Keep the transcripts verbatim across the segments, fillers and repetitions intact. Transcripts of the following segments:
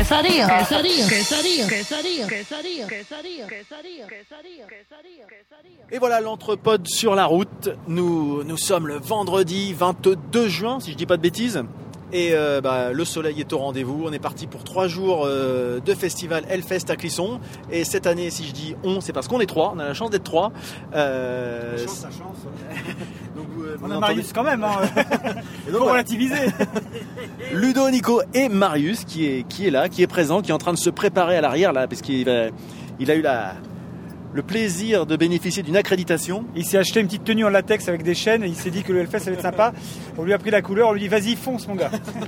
quesadilla, quesadilla, quesadilla, quesadilla, quesadilla, quesadilla, quesadilla, quesadilla, quesadilla. Et voilà l'Entrepode sur la route. Nous, nous sommes le vendredi vingt-deux juin, si je dis pas de bêtises. Et euh, bah, le soleil est au rendez-vous. On est parti pour trois jours euh, de festival Hellfest à Clisson. Et cette année, si je dis on, c'est parce qu'on est trois. On a la chance d'être trois. Euh... La chance, la chance. Donc, euh, on a Marius quand même. Hein. Il faut voilà. relativiser. Ludo, Nico et Marius qui est, qui est là, qui est présent, qui est en train de se préparer à l'arrière là, parce qu'il va, il a eu la... le plaisir de bénéficier d'une accréditation. Il s'est acheté une petite tenue en latex avec des chaînes et il s'est dit que le Hellfest ça va être sympa. On lui a pris la couleur, on lui dit vas-y fonce mon gars.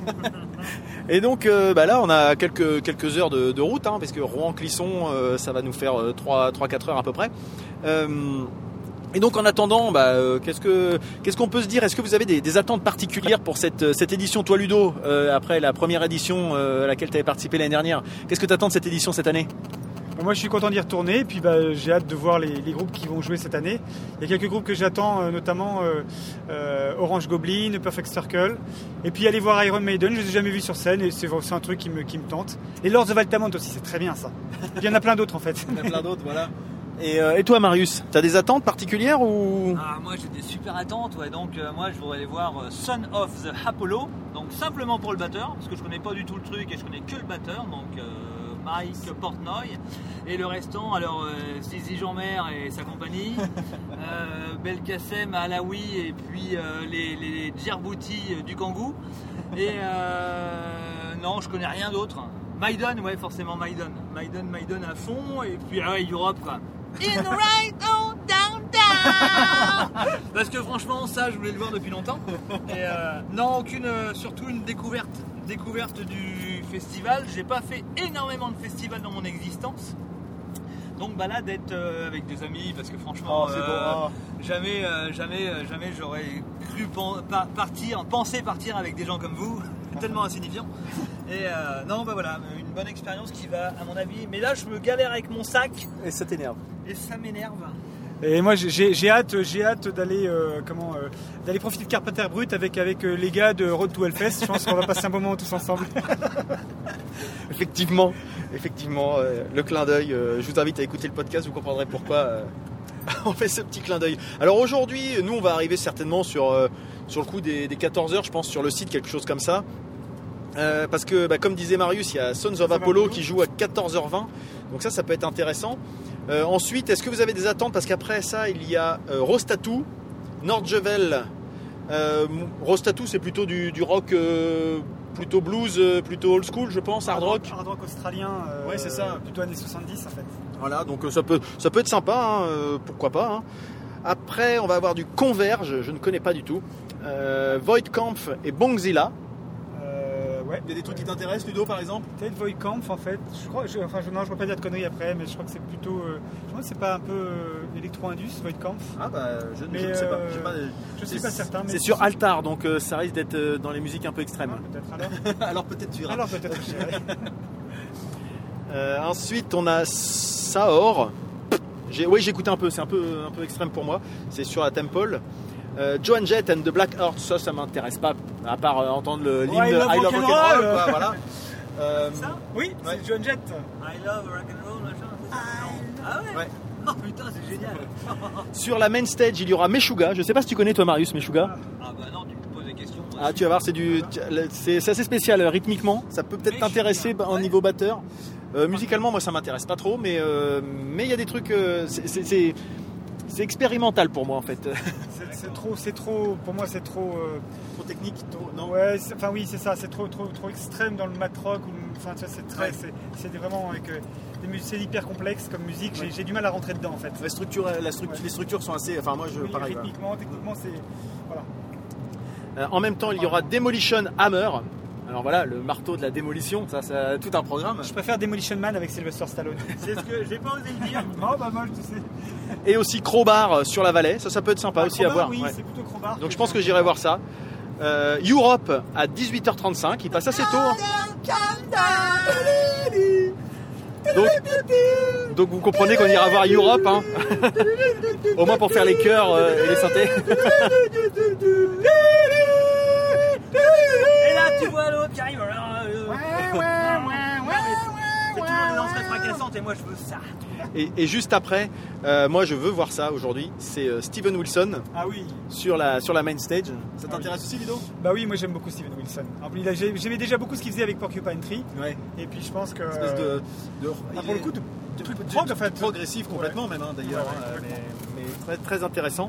Et donc euh, bah là on a quelques, quelques heures de, de route hein, parce que Rouen-Clisson euh, ça va nous faire euh, trois à quatre heures à peu près. Euh, et donc en attendant, bah, euh, qu'est-ce, que, qu'est-ce qu'on peut se dire ? Est-ce que vous avez des, des attentes particulières pour cette, cette édition, toi Ludo, euh, après la première édition euh, à laquelle tu avais participé l'année dernière ? Qu'est-ce que tu attends de cette édition cette année ? Moi je suis content d'y retourner et puis bah, j'ai hâte de voir les, les groupes qui vont jouer cette année. Il y a quelques groupes que j'attends, euh, notamment euh, euh, Orange Goblin, Perfect Circle. Et puis aller voir Iron Maiden, je ne les ai jamais vus sur scène et c'est, c'est un truc qui me, qui me tente. Et Lords of Altamont aussi, c'est très bien ça. Il y en a plein d'autres en fait. Il y en a plein d'autres, voilà. Et, euh, et toi Marius, tu as des attentes particulières ou... Ah, moi j'ai des super attentes, ouais. Donc euh, moi je voudrais aller voir euh, Son of the Apollo, donc simplement pour le batteur, parce que je connais pas du tout le truc et je connais que le batteur, donc... Euh... Mike Portnoy et le restant alors euh, Zizi Jeanmer et sa compagnie euh, Belkacem Alaoui et puis euh, les, les Djibouti du Kangoo et euh, non je connais rien d'autre. Maiden, ouais forcément Maiden Maiden Maiden à fond et puis ah ouais, Europe quoi. In right on downtown. Parce que franchement ça je voulais le voir depuis longtemps et euh, non aucune euh, surtout une découverte découverte du festival. J'ai pas fait énormément de festivals dans mon existence, donc bah là d'être euh, avec des amis parce que franchement oh, c'est euh, bon, oh. jamais euh, jamais euh, jamais j'aurais cru pen- par- partir penser partir avec des gens comme vous tellement insignifiants et euh, non bah voilà une bonne expérience qui va à mon avis, mais là je me galère avec mon sac et ça t'énerve et ça m'énerve. Et moi j'ai, j'ai hâte, j'ai hâte d'aller, euh, comment, euh, d'aller profiter de Carpenter Brut avec, avec euh, les gars de Road to Hellfest. Je pense qu'on va passer un bon moment tous ensemble. Effectivement, effectivement, euh, le clin d'œil. Euh, je vous invite à écouter le podcast, vous comprendrez pourquoi euh, on fait ce petit clin d'œil. Alors aujourd'hui, nous on va arriver certainement sur, euh, sur le coup des, des quatorze heures, je pense, sur le site, quelque chose comme ça. Euh, parce que, bah, comme disait Marius, il y a Sons of Apollo qui joue à quatorze heures vingt. Donc ça, ça peut être intéressant. Euh, ensuite, est-ce que vous avez des attentes ? Parce qu'après ça, il y a euh, Rostatu, Nordjvel. Euh, Rostatu, c'est plutôt du, du rock, euh, plutôt blues, euh, plutôt old school, je pense, hard, hard rock. Hard rock australien, euh, ouais, c'est ça. Plutôt années soixante-dix en fait. Voilà, donc euh, ça, peut, ça peut être sympa, hein, euh, pourquoi pas. Hein. Après, on va avoir du Converge, je ne connais pas du tout. Euh, Voidkampf et Bongzilla. Ouais. Il y a des trucs qui t'intéressent, Ludo, par exemple ? Peut-être Voidkampf en fait. Je crois, je, enfin, je, non, je ne veux pas dire de conneries après, mais je crois que c'est plutôt. Euh, je crois que c'est pas un peu euh, électro-indus, Voidkampf. Ah bah, je, mais, je ne sais pas. Euh, pas je suis pas certain. Mais c'est sur Altar, donc euh, ça risque d'être euh, dans les musiques un peu extrêmes. Ah, peut-être alors. alors peut-être tu iras. Alors peut-être j'irai. euh, ensuite, on a Saor. J'ai, oui, j'ai écouté un peu. C'est un peu, un peu extrême pour moi. C'est sur la Temple. Euh, Joan Jett and the Black Heart, ça, ça m'intéresse pas, à part euh, entendre le l'hymne ouais, de I Love Rock'n'Roll, roll, quoi, voilà. Euh, ça oui, ouais. C'est Joan Jett. I Love Rock'n'Roll, machin. Ah ouais, ouais. Oh putain, c'est génial. Sur la main stage, il y aura Meshuggah. Je sais pas si tu connais toi, Marius, Meshuggah. Ah bah non, tu me poses des questions. Ah, tu vas voir, c'est du, c'est, c'est assez spécial rythmiquement. Ça peut peut-être t'intéresser au niveau batteur. Euh, musicalement, moi, ça m'intéresse pas trop, mais euh, mais il y a des trucs. Euh, c'est, c'est, c'est C'est expérimental pour moi en fait. C'est, c'est trop, c'est trop, pour moi c'est trop, euh, trop technique, trop, non ? Ouais, c'est, enfin oui c'est ça, c'est trop, trop, trop extrême dans le mat rock. Ou, enfin tu vois, c'est très, ouais. c'est, c'est vraiment avec euh, des musiques, c'est hyper complexe comme musique. Ouais. J'ai, j'ai du mal à rentrer dedans en fait. La structure, la structure, ouais. Les structures sont assez, enfin moi je, oui, pareil. Rythmiquement, voilà. Techniquement c'est, voilà. Euh, en même temps, il y aura Demolition Hammer. Alors voilà, le marteau de la démolition, ça, ça a tout un programme. Je préfère Demolition Man avec Sylvester Stallone. C'est ce que j'ai pas osé le dire. Non, bah moi, tu sais. Et aussi Crowbar sur la vallée, ça, ça peut être sympa ah, aussi Crowbar, à voir. Oui, ouais. c'est plutôt Crowbar. Donc je pense que j'irai voir ça. Euh, Europe à dix-huit heures trente-cinq, il passe assez tôt. Hein. Donc, donc vous comprenez qu'on ira voir Europe, hein. Au moins pour faire les chœurs euh, et les synthés. Et là tu vois l'autre qui arrive. fracassante et moi je veux ça. Et, et juste après, euh, moi je veux voir ça aujourd'hui, c'est euh, Steven Wilson Ah oui. sur la, sur la main stage. Ça Ah t'intéresse oui. aussi, Ludo? Bah oui, moi j'aime beaucoup Steven Wilson. En plus, il a- j'ai- j'aimais déjà beaucoup ce qu'il faisait avec Porcupine Tree. Ouais. Et puis je pense que. Espèce de, de- Ah, il pour le est- coup, de, de- truc de- prog, de- en fait. progressif complètement même hein, d'ailleurs, Ouais, ouais, hein, mais, mais très, très intéressant.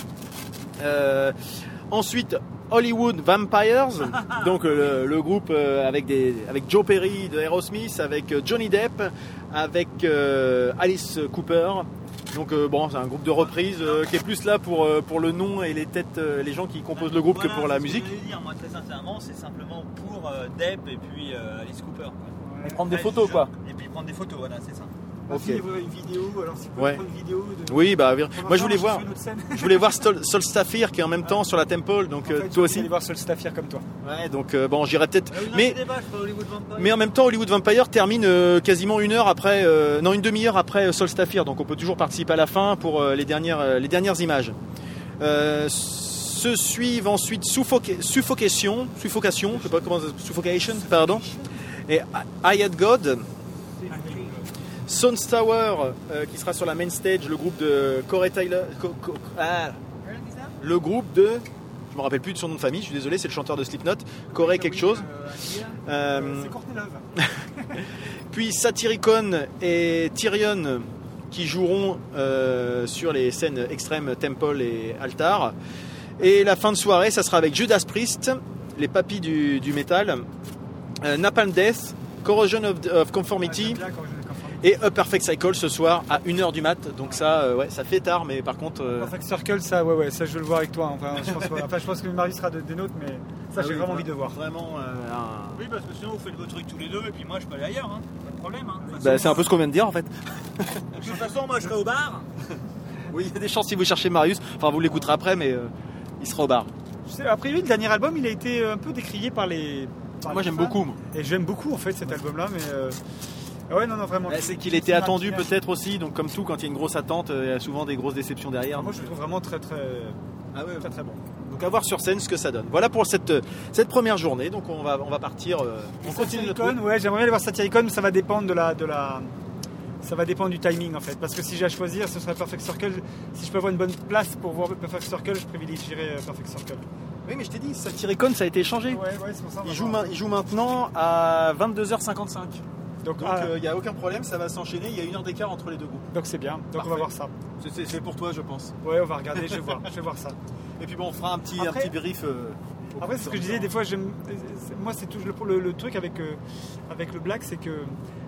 Euh, ensuite Hollywood Vampires, donc le, le groupe euh, avec, des, avec Joe Perry de Aerosmith, avec euh, Johnny Depp, avec euh, Alice Cooper. Donc euh, bon, c'est un groupe de reprise euh, qui est plus là pour, euh, pour le nom et les têtes, euh, les gens qui composent le groupe Voilà, que pour la c'est ce musique. que je voulais dire, moi très sincèrement, c'est simplement pour euh, Depp et puis euh, Alice Cooper. Quoi. Et prendre des Ouais, photos je- quoi. Et puis prendre des photos, voilà, c'est ça. Ma Ok. fille voulait une vidéo, alors si vous pouvez Ouais. prendre une vidéo de. Oui, bah Pour moi je voulais l'instant, voir, suis une autre scène. je voulais voir Sol, Solstafir qui est en même temps sur la Temple, donc En euh, fait, toi aussi. aller voir Solstafir comme toi. Ouais, donc euh, bon, j'irai peut-être. Ah oui, non, Mais c'est débat, je fais Hollywood Vampire. Mais en même temps, Hollywood Vampire termine euh, quasiment une heure après, euh, non une demi-heure après euh, Solstafir, donc on peut toujours participer à la fin pour euh, les dernières, euh, les dernières images. Euh, se suivent ensuite Suffoca- Suffocation, Suffocation, je sais pas comment, ça- Suffocation, pardon, et I Had God. Sounds Tower euh, qui sera sur la main stage, le groupe de Corey Taylor, Co- Co- ah, le groupe de, je me rappelle plus de son nom de famille, je suis désolé, c'est le chanteur de Slipknot, Corey quelque chose. Euh, C'est Courtney Love. Puis Satyricon et Tyrion qui joueront euh, sur les scènes extrêmes Temple et Altar. Et la fin de soirée, ça sera avec Judas Priest, les papis du, du métal, euh, Napalm Death, Corrosion of, of Conformity J'aime bien quand je- quand je- et A Perfect Cycle ce soir à une heure du mat. Donc ça, euh, ouais, ça fait tard, mais par contre... euh, Perfect Circle, ça, ouais, ouais, ça je veux le voir avec toi. Enfin, je pense, enfin, je pense que Marius sera de- des nôtres, mais ça ah j'ai oui, vraiment envie de voir. Vraiment euh, un- Oui, parce que sinon vous faites vos trucs tous les deux et puis moi je peux aller ailleurs, hein. Pas de problème. Hein. De toute Bah, façon, c'est un peu ce qu'on vient de dire en fait. de toute façon, moi je serai au bar. Oui, il y a des chances si vous cherchez Marius, enfin vous l'écouterez après, mais euh, il sera au bar. Tu sais, après lui, le dernier album, il a été un peu décrié par les. par Moi les j'aime fans. beaucoup. moi. Et j'aime beaucoup en fait cet album-là, mais. euh, Ouais, non, non, vraiment. Ouais, c'est qu'il était attendu peut-être aussi, donc comme tout, quand il y a une grosse attente, euh, il y a souvent des grosses déceptions derrière. Moi, je le trouve vraiment très, très, Ah ouais, très, très bon. donc à voir sur scène ce que ça donne. Voilà pour cette, cette première journée, donc on va, on va partir, euh, on continue notre Satyricon, route. ouais, j'aimerais bien aller voir Satyricon, mais ça va dépendre de la, de la. Ça va dépendre du timing en fait, parce que si j'ai à choisir, ce serait Perfect Circle. Si je peux avoir une bonne place pour voir Perfect Circle, je privilégierais euh, Perfect Circle. Oui, mais je t'ai dit, Satyricon ça a été changé. Ouais, ouais, c'est pour ça. on va Il joue, voir. ma- il joue maintenant à vingt-deux heures cinquante-cinq. Donc, Donc ah, il n'y a aucun problème, ça va s'enchaîner, il y a une heure d'écart entre les deux groupes. donc c'est bien. Donc on Parfait. va voir ça. C'est- C'est c'est pour toi, je pense. Ouais, on va regarder. Je vais voir. Je vais voir ça. Et puis bon, on fera un petit, un Après- petit brief. euh, au Après, cours c'est ce du que je disais, temps. des fois, j'aime. c'est- Moi, c'est toujours le, le, le truc avec, euh, avec le black, c'est que.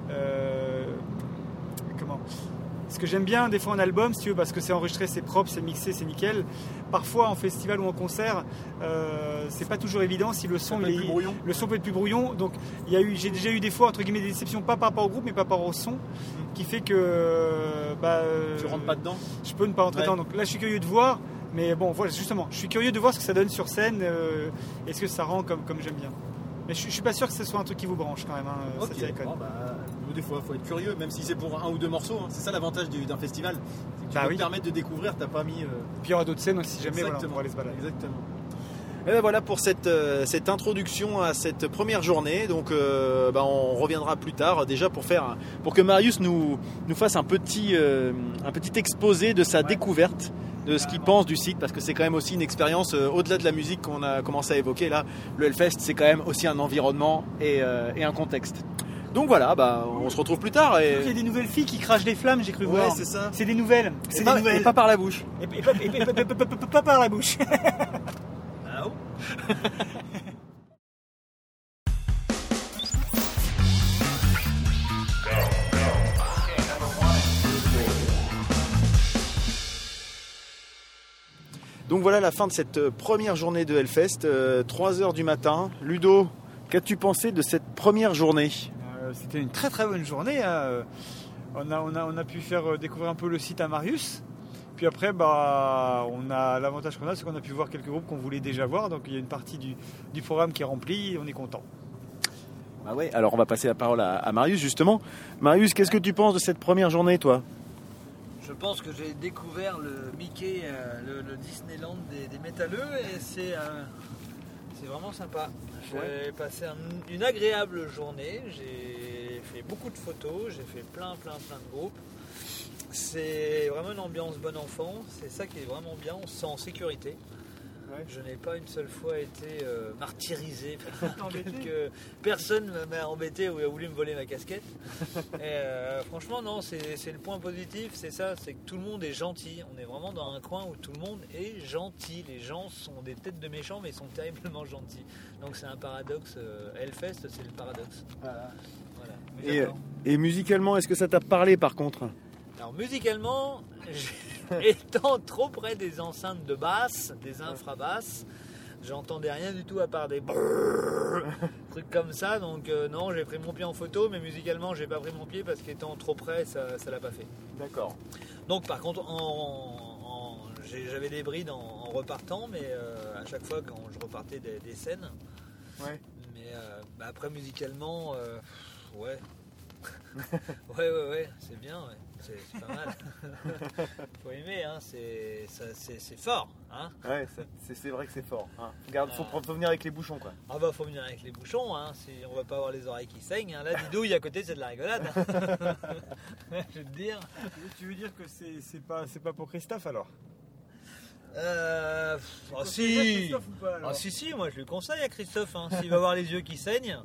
euh, comment Ce que j'aime bien, des fois, en album, si tu veux, parce que c'est enregistré, c'est propre, c'est mixé, c'est nickel. Parfois, en festival ou en concert, euh, c'est pas toujours évident si le son peut il être est- plus brouillon. le son peut être plus brouillon. Donc, il y a eu, j'ai déjà eu des fois, entre guillemets, des déceptions, pas par rapport au groupe, mais par rapport au son, qui fait que. euh, Bah, Tu rentres pas dedans. je peux ne pas rentrer Ouais. dedans. Donc là, je suis curieux de voir. Mais bon, voilà, justement, je suis curieux de voir ce que ça donne sur scène. euh, Est-ce que ça rend comme, comme j'aime bien. Mais je, je suis pas sûr que ce soit un truc qui vous branche quand même. Hein, Ok, Satyricon. bon, bah, des fois, il faut être curieux, même si c'est pour un ou deux morceaux. hein. C'est ça l'avantage du- d'un festival. C'est que tu Bah peux oui. te permettre de découvrir, t'as pas mis. euh, Puis il y aura d'autres scènes aussi, si jamais, voilà, on Exactement. pourra aller se balader. Exactement. Et ben voilà pour cette, euh, cette introduction à cette première journée. Donc euh, bah, on reviendra plus tard déjà pour faire pour que Marius nous, nous fasse un petit, euh, un petit exposé de sa Ouais. découverte, de ce qu'il pense du site, parce que c'est quand même aussi une expérience euh, au-delà de la musique qu'on a commencé à évoquer là. Le Hellfest, c'est quand même aussi un environnement et, euh, et un contexte. Donc voilà, bah, on se retrouve plus tard. Il y a Et... des nouvelles filles qui crachent des flammes, j'ai cru Ouais, voir. c'est ça. C'est des nouvelles. Et C'est des pas, nouvelles. et pas par la bouche. Et pas- et pas- et pas- et pas- pas- pas- pas par la bouche. Ah, oh. Donc voilà la fin de cette euh, première journée de Hellfest, euh, trois heures du matin. Ludo, qu'as-tu pensé de cette première journée? Euh, C'était une très très bonne journée. Hein. On, a, on, a, on a pu faire euh, découvrir un peu le site à Marius. Puis après, bah, on a l'avantage qu'on a, c'est qu'on a pu voir quelques groupes qu'on voulait déjà voir. Donc il y a une partie du, du programme qui est remplie. On est content. Bah ouais, alors on va passer la parole à, à Marius justement. Marius, qu'est-ce que tu penses de cette première journée, toi? Je pense que j'ai découvert le Mickey, euh, le, le Disneyland des, des métalleux et c'est euh, c'est vraiment sympa. J'ai Ouais. passé un- une agréable journée. J'ai fait beaucoup de photos, j'ai fait plein plein plein de groupes. C'est vraiment une ambiance bon enfant, c'est ça qui est vraiment bien, on se sent en sécurité. Ouais. Je n'ai pas une seule fois été euh, martyrisé. Quelques personnes m'a embêté ou a voulu me voler ma casquette. Et, euh, franchement, non, c'est, c'est le point positif, c'est ça, c'est que tout le monde est gentil. On est vraiment dans un coin où tout le monde est gentil. Les gens sont des têtes de méchants, mais ils sont terriblement gentils. Donc c'est un paradoxe. Euh, Hellfest, c'est le paradoxe. Voilà. Voilà. Et, et musicalement, est-ce que ça t'a parlé par contre ? Alors musicalement, étant trop près des enceintes de basse, des infrabasses, j'entendais rien du tout à part des brrrr, trucs comme ça. Donc euh, non, j'ai pris mon pied en photo, mais musicalement, j'ai pas pris mon pied parce qu'étant trop près, ça, ça l'a pas fait. D'accord. Donc par contre, en, en, j'ai, j'avais des brides en, en repartant, mais euh, à chaque fois quand je repartais des, des scènes. Ouais. Mais euh, bah, après musicalement, euh, ouais. ouais, ouais, ouais, c'est bien, ouais. C'est, c'est pas mal. Faut aimer, hein. c'est, ça, c'est, c'est fort. Hein. Ouais, ça, c'est, c'est vrai que c'est fort. Hein. Regarde, faut, euh... faut venir avec les bouchons, quoi. Ah bah, faut venir avec les bouchons, hein. Si on va pas avoir les oreilles qui saignent. Hein. Là, Didouille à côté, c'est de la rigolade. Je vais te dire. Tu veux dire que c'est, c'est, pas, c'est pas pour Christophe alors ? Euh. Ah si. Ah si si, moi je lui conseille à Christophe, hein. S'il va avoir les yeux qui saignent,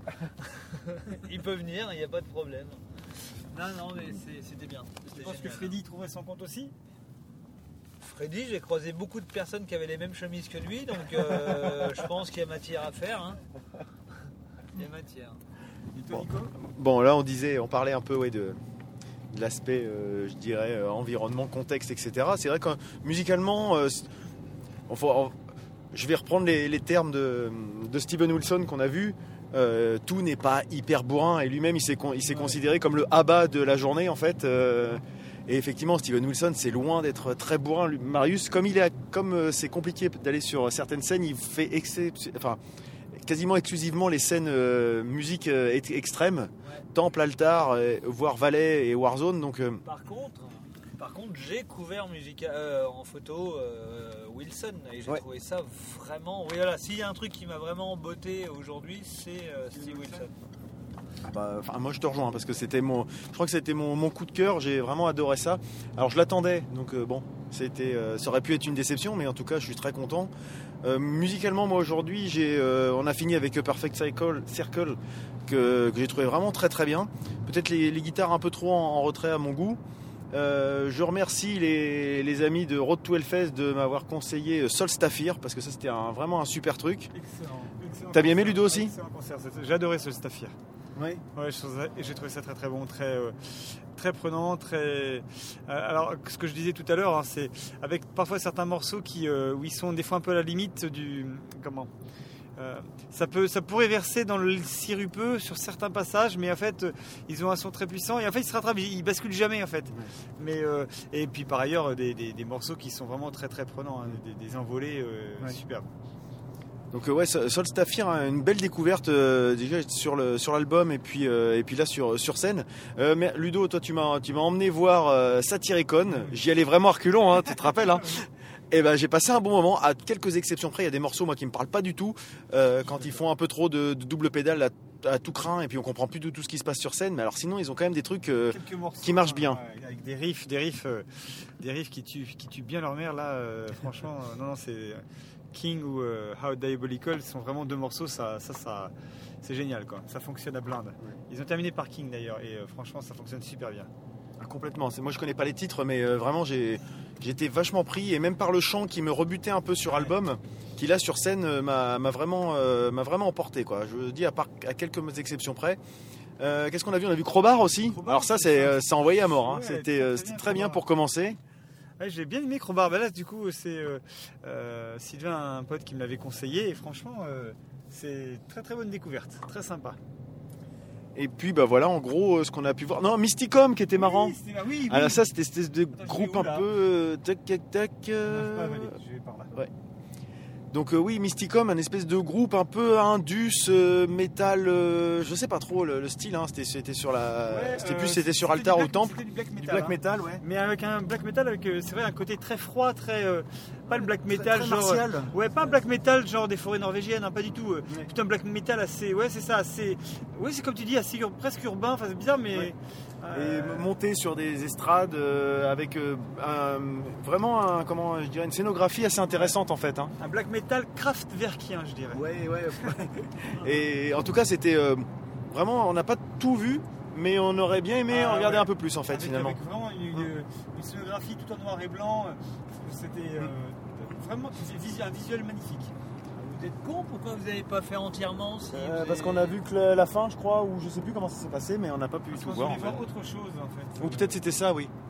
il peut venir, il n'y a pas de problème. Non non mais c'est, c'était bien. C'était tu penses que Freddy trouverait son compte aussi ? Freddy, j'ai croisé beaucoup de personnes qui avaient les mêmes chemises que lui, donc euh, je pense qu'il y a matière à faire. Hein. Il y a matière. Et toi, bon. Nico ? Bon là on disait, on parlait un peu ouais, de... de l'aspect, euh, je dirais, euh, environnement, contexte, et cetera. C'est vrai que musicalement, euh, on faut, on, je vais reprendre les, les termes de, de Steven Wilson qu'on a vu. Euh, tout n'est pas hyper bourrin et lui-même il s'est, il s'est ouais. considéré comme le Abba de la journée en fait. Euh, et effectivement, Steven Wilson, c'est loin d'être très bourrin. Marius, comme il est, comme euh, c'est compliqué d'aller sur certaines scènes, il fait excès, enfin. quasiment exclusivement les scènes euh, musique euh, extrême, ouais. Temple, altar, euh, voire Valais et Warzone. Donc, euh... par contre, par contre, j'ai couvert musique euh, en photo euh, Wilson et j'ai ouais. trouvé ça vraiment. Oui, voilà. S'il y a un truc qui m'a vraiment botté aujourd'hui, c'est euh, Steve Wilson. Bah, moi je te rejoins parce que c'était mon, je crois que c'était mon, mon coup de cœur. J'ai vraiment adoré ça. Alors je l'attendais, donc euh, bon, c'était, euh, ça aurait pu être une déception, mais en tout cas je suis très content. Euh, musicalement, moi aujourd'hui, j'ai, euh, on a fini avec Perfect Circle, Circle que, que j'ai trouvé vraiment très très bien. Peut-être les, les guitares un peu trop en, en retrait à mon goût. Euh, je remercie les, les amis de Road to Hellfest de m'avoir conseillé Solstafir parce que ça c'était un, vraiment un super truc. Excellent. excellent T'as bien aimé Ludo aussi ? Excellent concert. J'ai adoré Solstafir. Oui. Ouais, j'ai trouvé ça très très bon, très euh, très prenant, très. Euh, alors ce que je disais tout à l'heure, hein, c'est avec parfois certains morceaux qui euh, où ils sont des fois un peu à la limite du comment. Euh, ça peut, ça pourrait verser dans le sirupeux sur certains passages, mais en fait, euh, ils ont un son très puissant et en fait, ils se rattrapent, ils, ils basculent jamais en fait. Ouais. Mais euh, et puis par ailleurs, des, des, des morceaux qui sont vraiment très très prenants, hein, des, des envolées euh, ouais. superbes. Donc euh, ouais, Solstafir, hein, une belle découverte euh, déjà sur le sur l'album et puis euh, et puis là sur sur scène. Euh, mais Ludo, toi tu m'as tu m'as emmené voir euh, Satyricon. J'y allais vraiment reculons, hein, tu te rappelles, hein. Et ben j'ai passé un bon moment. À quelques exceptions près, il y a des morceaux moi qui me parlent pas du tout euh, quand ils font un peu trop de, de double pédale à, à tout crin et puis on comprend plus du tout ce qui se passe sur scène. Mais alors sinon ils ont quand même des trucs euh, morceaux, qui marchent bien. Ouais, avec des riffs, des riffs, euh, des riffs qui tuent qui tuent bien leur mère là. Euh, franchement, euh, non non c'est King ou euh, How Diabolical sont vraiment deux morceaux. Ça ça ça c'est génial quoi. Ça fonctionne à blinde. Ils ont terminé par King d'ailleurs et euh, franchement ça fonctionne super bien. Ah, complètement. C'est, moi je connais pas les titres mais euh, vraiment j'ai J'étais vachement pris et même par le chant qui me rebutait un peu sur album, qui là sur scène euh, m'a, m'a vraiment euh, m'a vraiment emporté quoi. Je dis à part à quelques exceptions près. Euh, qu'est-ce qu'on a vu ? On a vu Crowbar aussi. Crowbar, alors ça c'est euh, ça envoyé à mort. Hein. Ouais, c'était euh, c'était très bien pour commencer. Ouais, j'ai bien aimé Crowbar. Bah là du coup c'est euh, euh, Sylvain, un pote qui me l'avait conseillé et franchement euh, c'est très très bonne découverte, très sympa. Et puis bah voilà en gros ce qu'on a pu voir. Non, Mysticom qui était oui, marrant. C'était, oui, oui. Alors ça c'était espèce de Attends, groupe un peu euh, tac tac tac. Euh... Non, je, pas, je vais par là. Ouais. Donc euh, oui, Mysticom, un espèce de groupe un peu indus, euh, métal, euh, je sais pas trop le, le style. Hein, c'était, c'était sur la, ouais, c'était plus euh, c'était sur altar black, ou temple. C'était du black metal, du black hein. metal, ouais. Mais avec un black metal avec c'est vrai un côté très froid, très euh, pas le black Très- metal très genre. martial. Ouais, pas black metal genre des forêts norvégiennes, hein, pas du tout. euh, Ouais. Plutôt un black metal assez. Ouais, c'est ça, assez. Ouais, c'est comme tu dis, assez ur- presque urbain. Enfin, c'est bizarre, mais. Ouais. euh, Et monter sur des estrades euh, avec euh, un- vraiment un, comment je dirais, une scénographie assez intéressante en fait. Hein. Un black metal kraftwerkien, je dirais. Ouais, ouais. Et en tout cas, c'était euh, vraiment, on n'a pas tout vu, mais on aurait bien aimé Ah, en regarder ouais. un peu plus en fait avec, finalement. avec vraiment une, une- une scénographie tout en noir et blanc. C'était euh, vraiment vis- un visuel magnifique. Vous êtes con, pourquoi vous n'avez pas fait entièrement si Euh, vous parce avez- qu'on a vu que la, la fin, je crois, ou je sais plus comment ça s'est passé, mais on n'a pas pu Parce tout qu'on voir. voulait En voir fait. autre chose en fait. Ou peut-être c'était ça, oui.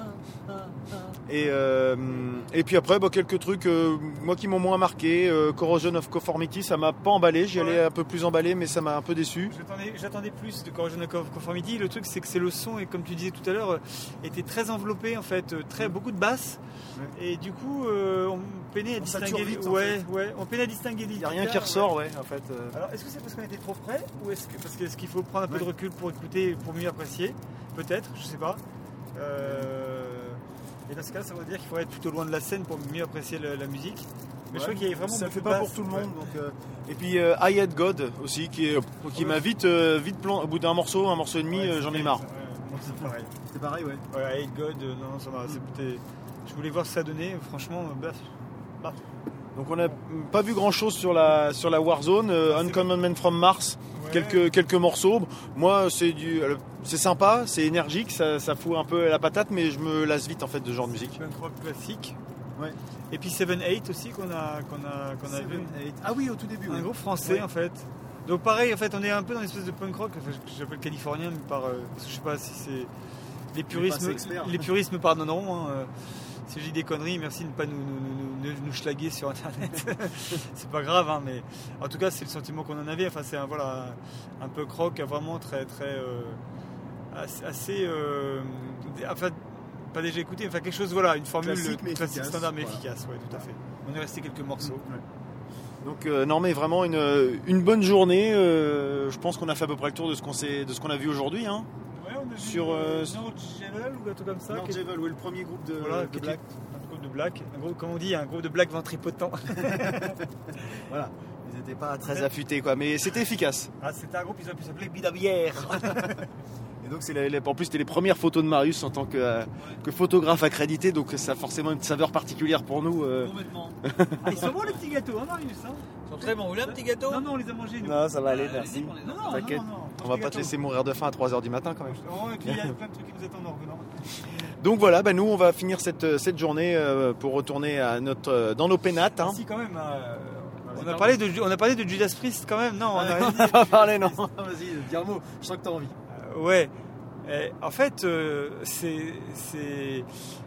Et, euh, et puis après, bah, quelques trucs, euh, moi qui m'ont moins marqué. euh, Corrosion of Conformity, ça m'a pas emballé. J'y allais Ouais. un peu plus emballé, mais ça m'a un peu déçu. J'attendais, j'attendais plus de Corrosion of Conformity. Le truc, c'est que c'est le son, et comme tu disais tout à l'heure, euh, était très enveloppé en fait, euh, très beaucoup de basses. Et du coup, euh, on peinait à On distinguer. sature vite, en ouais, ouais, on peinait à distinguer les Il n'y a rien qui guitares, ressort, ouais. ouais, en fait. euh. Alors, est-ce que c'est parce qu'on était trop près, ou est-ce que parce que- est-ce qu'il faut prendre un peu Ouais. de recul pour écouter, pour mieux apprécier, peut-être, je sais pas. Euh, Et dans ce cas, ça veut dire qu'il faudrait être plutôt loin de la scène pour mieux apprécier la, la musique. Mais je Ouais, crois qu'il y a vraiment ça le beaucoup fait de pas pour basses, tout le ouais. monde. Donc, euh, et puis euh, I Had God aussi, qui, est- qui m'a vite, euh, vite plan... au bout d'un morceau, un morceau et demi, Ouais, euh, j'en ai c'est- marre. ouais, moi, c'est pareil. C'est pareil, ouais. Ouais, Hate God, euh, non, ça m'a. c'était- Je voulais voir ce que ça donnait, franchement, euh, bah, Donc on n'a pas vu grand chose sur la, sur la Warzone. euh, Ah, c'est Uncommon Man from Mars, ouais. quelques, quelques morceaux. Moi, c'est du, euh, c'est sympa, c'est énergique, ça, ça fout un peu la patate, mais je me lasse vite en fait de ce genre de musique. Punk rock classique. Ouais. Et puis seven eight aussi qu'on a, qu'on a, qu'on a vu. Ah oui, au tout début. Un groupe français Ouais. en fait. Donc pareil, en fait, on est un peu dans une espèce de punk rock, enfin, que j'appelle californien, mais par, euh, parce que je sais pas si c'est les puristes, assez expert. les puristes me pardonneront. Hein, euh, si je dis des conneries, merci de ne pas nous, nous, nous, nous, nous schlaguer sur internet. C'est pas grave, hein, mais en tout cas, c'est le sentiment qu'on en avait. Enfin, c'est un, voilà, un, un punk rock vraiment très, très, euh, assez, assez euh, enfin, pas déjà écouté, enfin quelque chose, voilà, une formule Classique, mais classique efficace, standard mais voilà. efficace, ouais, tout à fait. On est resté quelques morceaux. Donc euh, non mais vraiment une, une bonne journée. euh, je pense qu'on a fait à peu près le tour de ce qu'on s'est- de ce qu'on a vu aujourd'hui. Hein. Ouais, on a vu Sur, euh, Nordjvel ou un truc comme ça. qui est- Nordjvel, oui, le premier groupe de, Voilà, de qui était Black. un groupe de black, un groupe, comme on dit, un groupe de black ventripotent. Voilà. Ils n'étaient pas très affûtés quoi, mais c'était efficace. Ah, c'était un groupe, ils ont pu s'appeler Bidabière. Et donc c'est la- la- en plus c'était les premières photos de Marius en tant que, euh, que photographe accrédité, donc ça a forcément une saveur particulière pour nous. euh. Complètement. Ah, ils sont bons les petits gâteaux, hein, Marius, hein. Ils sont très bons. Vous voulez un petit gâteau? Non, non, on les a mangés, nous. Non, ça va aller, Euh, merci. allez-y, prenez-en. Non, non, T'inquiète, non, non, non, on va petits pas te gâteaux. laisser mourir de faim à trois heures du matin quand même. Oh, et puis il y a plein de trucs qui nous attendent en revenant. Donc voilà, bah, nous on va finir cette, cette journée euh, pour retourner à notre, euh, dans nos pénates. Hein. Si, quand même. euh, on, a parlé de, on a parlé de Judas Priest quand même, non on a rien dit. On va parler, non. Vas-y, dis un mot, je sens que t'as envie. Euh, ouais. Et en fait, euh, c'est, c'est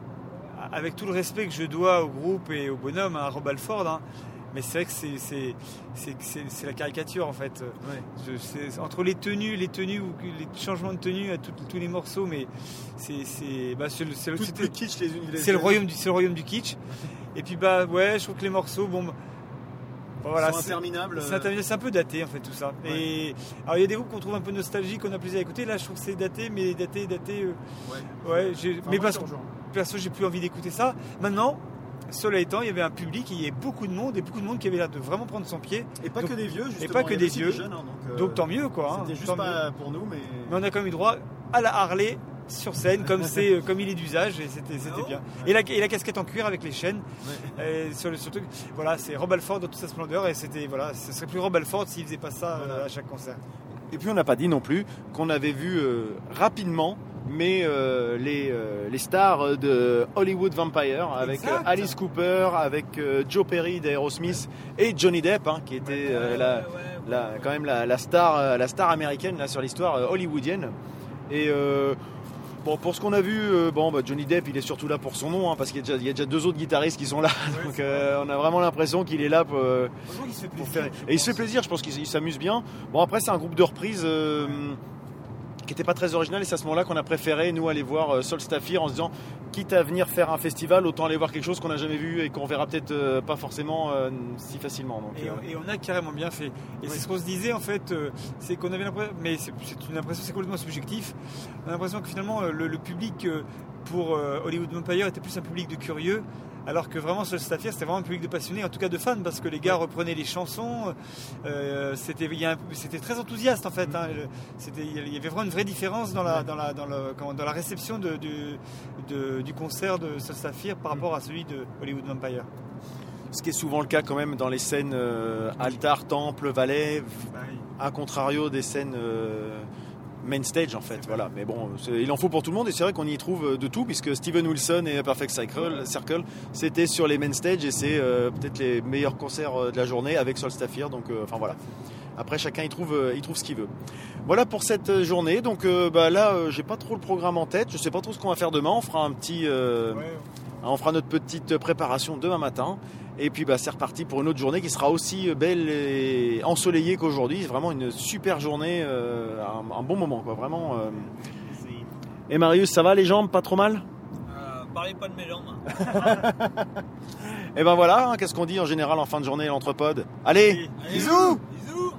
avec tout le respect que je dois au groupe et au bonhomme, à Rob Halford, hein, mais c'est vrai que c'est, c'est, c'est, c'est, c'est la caricature en fait. Je- c'est- entre les tenues, les tenues ou les changements de tenue à tout- tous les morceaux, mais c'est, c'est, bah, c'est, le- c'est le- Toutes c'était- plus kitsch les unes que les c'est le autres. royaume du, c'est le royaume du kitsch. Et puis bah ouais, je trouve que les morceaux, bon. bah, voilà, Ils sont c'est- interminables. c'est interminable, c'est un peu daté en fait tout ça. Ouais. Et alors il y a des groupes qu'on trouve un peu nostalgiques, qu'on a plaisir à écouter. Là je trouve que c'est daté, mais daté, daté. euh, Ouais. ouais, j'ai- Enfin, mais moi, parce je que te rejoins. perso j'ai plus envie d'écouter ça. Maintenant, cela étant, il y avait un public, il y avait beaucoup de monde et beaucoup de monde qui avait l'air de vraiment prendre son pied. Et pas Donc- que des vieux, justement. pas que il y avait des aussi vieux. jeunes, hein, donc, euh, Donc tant mieux quoi. hein, C'était juste tant mieux. pas pour nous, mais. Mais on a quand même eu droit à la Harley sur scène, comme c'est, euh, comme il est d'usage, et c'était, c'était Oh. bien. Et la, et la casquette en cuir avec les chaînes. Ouais. Et sur le surtout, voilà, c'est Rob Halford dans toute sa splendeur, et c'était, voilà, ce serait plus Rob Halford s'il faisait pas ça euh, Voilà. à chaque concert. Et puis on n'a pas dit non plus qu'on avait vu euh, rapidement, mais euh, les, euh, les stars de Hollywood Vampire avec Exact. euh, Alice Cooper, avec euh, Joe Perry d'Aerosmith et Johnny Depp, hein, qui était euh, la, Ouais, ouais, la- quand même la, la star, euh, la star américaine là, sur l'histoire euh, hollywoodienne. Et euh, bon, pour ce qu'on a vu, euh, bon, bah, Johnny Depp, il est surtout là pour son nom, hein, parce qu'il y a, déjà, il y a déjà deux autres guitaristes qui sont là. Ouais, Donc c'est euh, on a vraiment l'impression qu'il est là pour, euh, Franchement, il se fait pour plaisir. faire. je Et il se fait pense. plaisir, je pense qu'il il s'amuse bien. Bon, après, c'est un groupe de reprises euh, qui n'était pas très original, et c'est à ce moment-là qu'on a préféré, nous, aller voir euh, Solstafir en se disant, quitte à venir faire un festival, autant aller voir quelque chose qu'on n'a jamais vu et qu'on verra peut-être euh, pas forcément euh, si facilement. Donc, Et euh, on, et on a carrément bien fait. Et Oui. c'est ce qu'on se disait en fait, euh, c'est qu'on avait l'impression, mais c'est, c'est une impression, c'est complètement subjectif. On a l'impression que finalement euh, le, le public euh, pour euh, Hollywood Vampire était plus un public de curieux, alors que vraiment Solstafir c'était vraiment un public de passionnés, en tout cas de fans, parce que les gars reprenaient les chansons, euh, c'était, il y a un- c'était très enthousiaste en fait, hein. C'était, il y avait vraiment une vraie différence dans la, dans la, dans le, comment- dans la réception de, du, de- du concert de Solstafir par rapport à celui de Hollywood Vampire. Ce qui est souvent le cas quand même dans les scènes euh, altar, temple, valais, à contrario des scènes euh, main stage en fait. Voilà. Mais bon, c'est- il en faut pour tout le monde et c'est vrai qu'on y trouve de tout puisque Steven Wilson et Perfect Circle, Circle c'était sur les main stage et c'est euh, peut-être les meilleurs concerts de la journée avec Solstafir. Donc, euh, enfin voilà. Après, chacun y trouve, euh, y trouve ce qu'il veut. Voilà pour cette journée. Donc euh, bah, là, euh, j'ai pas trop le programme en tête. Je sais pas trop ce qu'on va faire demain. On fera un petit, euh, Ouais. on fera notre petite préparation demain matin. Et puis bah, c'est reparti pour une autre journée qui sera aussi belle et ensoleillée qu'aujourd'hui. C'est vraiment une super journée, euh, un, un bon moment, quoi. Vraiment. euh. Et Marius, ça va les jambes, pas trop mal? Euh, parlez pas de mes jambes. Et ben voilà, hein, qu'est-ce qu'on dit en général en fin de journée, l'entrepode? Allez, Allez, bisous. Bisous.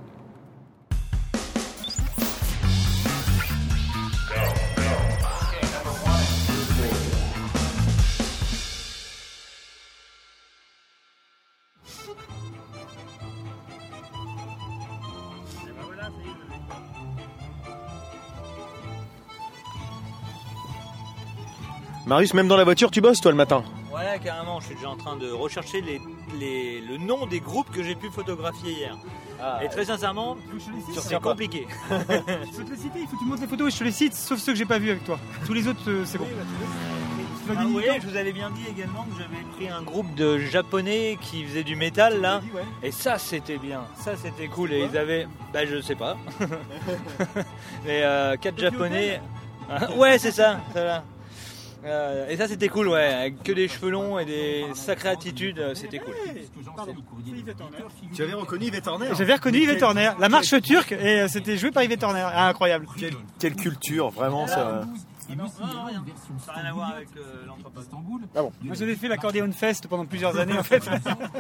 Marius, même dans la voiture, tu bosses toi le matin? Ouais, carrément, je suis déjà en train de rechercher les, les, le nom des groupes que j'ai pu photographier hier. Et très sincèrement, c'est compliqué. Je peux te les citer, il faut que tu montres les photos et je te les cite, sauf ceux que j'ai pas vus avec toi. Tous les autres, euh, c'est bon. Ah oui, je vous avais bien dit également que j'avais pris un groupe de japonais qui faisait du métal là. Et ça c'était bien, ça c'était cool. Et ils avaient, bah je sais pas. Mais euh, quatre japonais. Ouais, c'est ça, ça là. Euh, et ça c'était cool, ouais, avec que des cheveux longs et des sacrées attitudes, euh, c'était cool. Tu avais reconnu Yves Turner? J'avais reconnu Yves Turner, la marche turque, et euh, c'était joué par Yves Turner. Ah, incroyable. Quelle, quelle culture, vraiment ça. Non, non, rien. Ça n'a rien à voir avec euh, l'entreprise. Moi j'avais fait l'Accordéon Fest pendant plusieurs années en fait.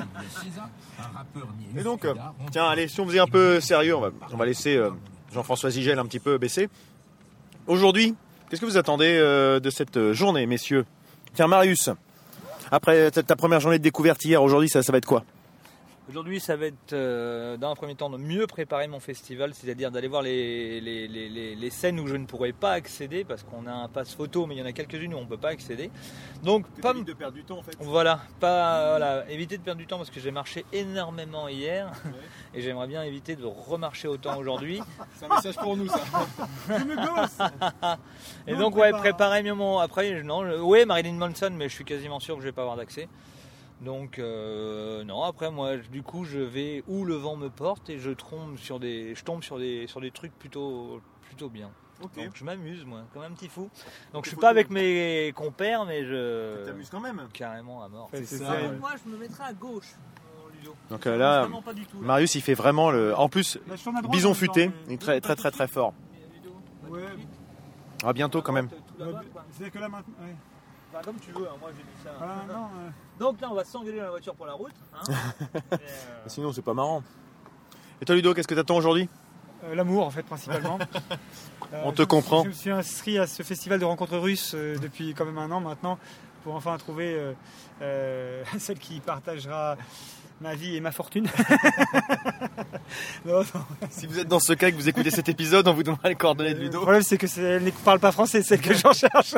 Et donc, euh, tiens, allez, si on faisait un peu sérieux, on va, on va laisser euh, Jean-François Zigel un petit peu baisser. Aujourd'hui, qu'est-ce que vous attendez euh, de cette journée, messieurs? Tiens, Marius, après ta ta première journée de découverte hier, aujourd'hui, ça, ça va être quoi? Aujourd'hui, ça va être, euh, dans un premier temps, de mieux préparer mon festival, c'est-à-dire d'aller voir les, les, les, les, les scènes où je ne pourrais pas accéder, parce qu'on a un pass photo, mais il y en a quelques-unes où on ne peut pas accéder. Donc, pas m- de perdre du temps, en fait. voilà, pas, voilà, éviter de perdre du temps, parce que j'ai marché énormément hier, et j'aimerais bien éviter de remarcher autant aujourd'hui. C'est un message pour nous, ça. Je me gosse. Et Non, donc, on ouais, prépare. préparer mieux mon... Après, je- non, je- ouais, Marilyn Manson, mais je suis quasiment sûr que je vais pas avoir d'accès. Donc euh, non, après moi du coup je vais où le vent me porte et je tombe sur des, je tombe sur des, sur des trucs plutôt, plutôt bien. Ok. Donc je m'amuse moi, comme un petit fou. Donc je suis pas avec mes compères mais je... T'amuses quand même. Carrément à mort. C'est ça, ça. ouais. Moi je me mettrai à gauche, mon Ludo. Donc euh, là, Vraiment pas du tout. là. Marius, il fait vraiment le. En plus, Bah, je tourne à droite, bison en même temps, futé, mais- il est très, très, très, très fort. Ouais, À bientôt quand même. Tout là-bas, quoi. c'est que là maintenant. Ouais. Enfin, comme tu veux, hein, moi j'ai dit ça. Ah, non, euh, Donc là on va s'engueuler dans la voiture pour la route. Hein. Et, euh, Sinon, c'est pas marrant. Et toi, Ludo, qu'est-ce que t'attends aujourd'hui? euh, l'amour en fait principalement. Euh, On te je- comprend. Je me suis inscrit à ce festival de rencontres russes euh, depuis quand même un an maintenant pour enfin trouver euh, euh, celle qui partagera ma vie et ma fortune. Non, non. Si vous êtes dans ce cas et que vous écoutez cet épisode, on vous donnera les coordonnées de Le Ludo. problème c'est que c'est, elle ne parle pas français, celle que j'en cherche.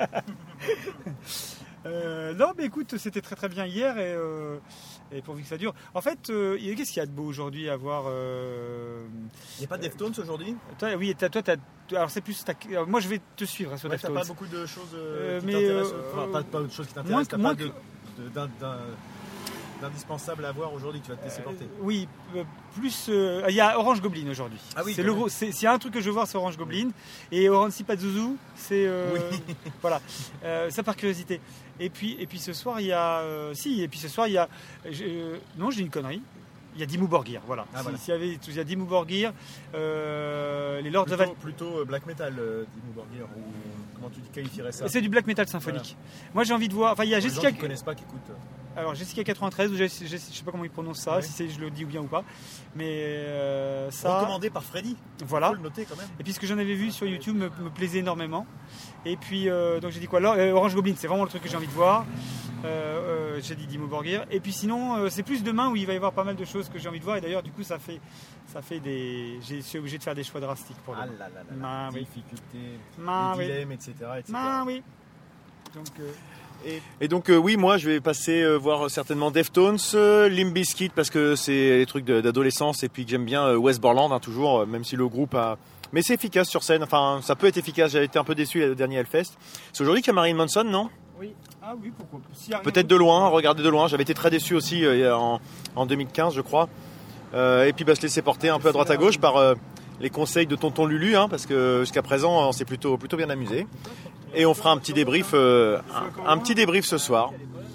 Euh, non mais écoute, c'était très très bien hier et, euh, et pourvu que ça dure. En fait, euh, y a- qu'est-ce qu'il y a de beau aujourd'hui à voir euh, Il n'y a pas de Deftones aujourd'hui? toi, oui, t'as- toi, t'as, alors c'est plus. t'as- alors, moi, je vais te suivre hein, sur Ouais, t'as Deftones. pas beaucoup de choses Euh, qui mais, t'intéressent. euh, Enfin, pas, pas de choses qui moins t'intéressent. que- T'as moins pas de, que- de- d'un- d'un- d'indispensable à voir aujourd'hui. Tu vas te laisser porter. Euh, oui, euh, plus. euh, Il y a Orange Goblin aujourd'hui. Ah oui, c'est quand le même. gros. C'est, s'il y a un truc que je veux voir, c'est Orange Goblin. Et Orange Pazuzu, c'est. euh, Voilà. Euh, ça par curiosité. Et puis, et puis ce soir, il y a. euh, si, et puis ce soir, il y a. euh, non, j'ai une connerie. Il y a Dimmu Borgir, voilà. Ah, Si- voilà. S'il y avait, il y a Dimmu Borgir, euh, les Lords of Plutôt, Val- plutôt euh, black metal, euh, Dimmu Borgir, ou comment tu qualifierais ça? c'est du black metal symphonique. Moi, j'ai envie de voir. Enfin, il y a Pour les gens Jessica. qui connaissent pas, qui écoutent. Alors Jessica quatre-vingt-treize, ou Jess- Jess- je sais pas comment ils prononcent ça, Ouais. si c'est, je le dis bien ou pas, mais euh, ça, Recommandé par Freddy. voilà. Faut le noter quand même. Et puis ce que j'en avais vu sur YouTube me, me plaisait énormément. Et puis euh, donc j'ai dit quoi alors, euh, Orange Goblin, c'est vraiment le truc que j'ai envie de voir. Euh, euh, j'ai dit Dimmu Borgir. Et puis sinon, euh, c'est plus demain où il va y avoir pas mal de choses que j'ai envie de voir. Et d'ailleurs, du coup, ça fait, ça fait des. J'ai suis obligé de faire des choix drastiques pour Ah demain. là là là, Ma, la oui. difficulté, Ma, les oui. dilemmes, et cetera et cetera. Ah oui. Donc, euh, Et, et donc euh, oui, moi je vais passer euh, voir certainement Deftones, euh, Limp Bizkit parce que c'est des trucs de- d'adolescence et puis que j'aime bien euh, West Borland hein, toujours, euh, même si le groupe a... Mais c'est efficace sur scène, enfin ça peut être efficace, j'avais été un peu déçu au dernier Hellfest. C'est aujourd'hui qu'il y a Marilyn Manson, non? oui. Ah oui, pourquoi pas. S'il y a rien Peut-être de loin, regarder de loin, j'avais été très déçu aussi euh, en, en deux mille quinze je crois. Euh, et puis bah, se laisser porter un peu à droite à gauche par euh, les conseils de tonton Lulu, hein, parce que jusqu'à présent on s'est plutôt, plutôt bien amusé. Et on fera un petit débrief, euh, un, un petit débrief ce soir.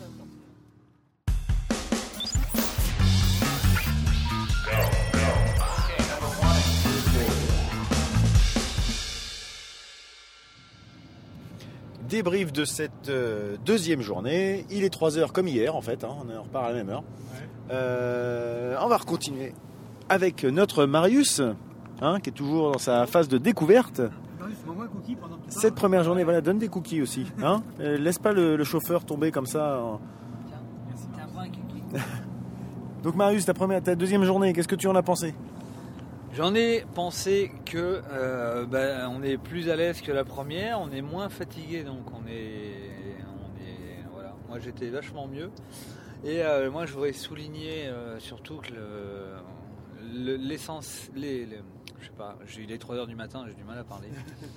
Débrief de cette euh, deuxième journée. Il est trois heures comme hier en fait, hein, on repart à la même heure. Euh, on va continuer avec notre Marius, hein, qui est toujours dans sa phase de découverte. Cette première journée, voilà, donne des cookies aussi. Hein. Euh, laisse pas le, le chauffeur tomber comme ça. en- Donc Marius, ta, première, ta deuxième journée, qu'est-ce que tu en as pensé? J'en ai pensé que euh, bah, on est plus à l'aise que la première, on est moins fatigué, donc on est, on est voilà. Moi j'étais vachement mieux. Et euh, moi je voudrais souligner euh, surtout que le, le- l'essence, les, les- je sais pas, j'ai il est trois heures du matin, j'ai du mal à parler.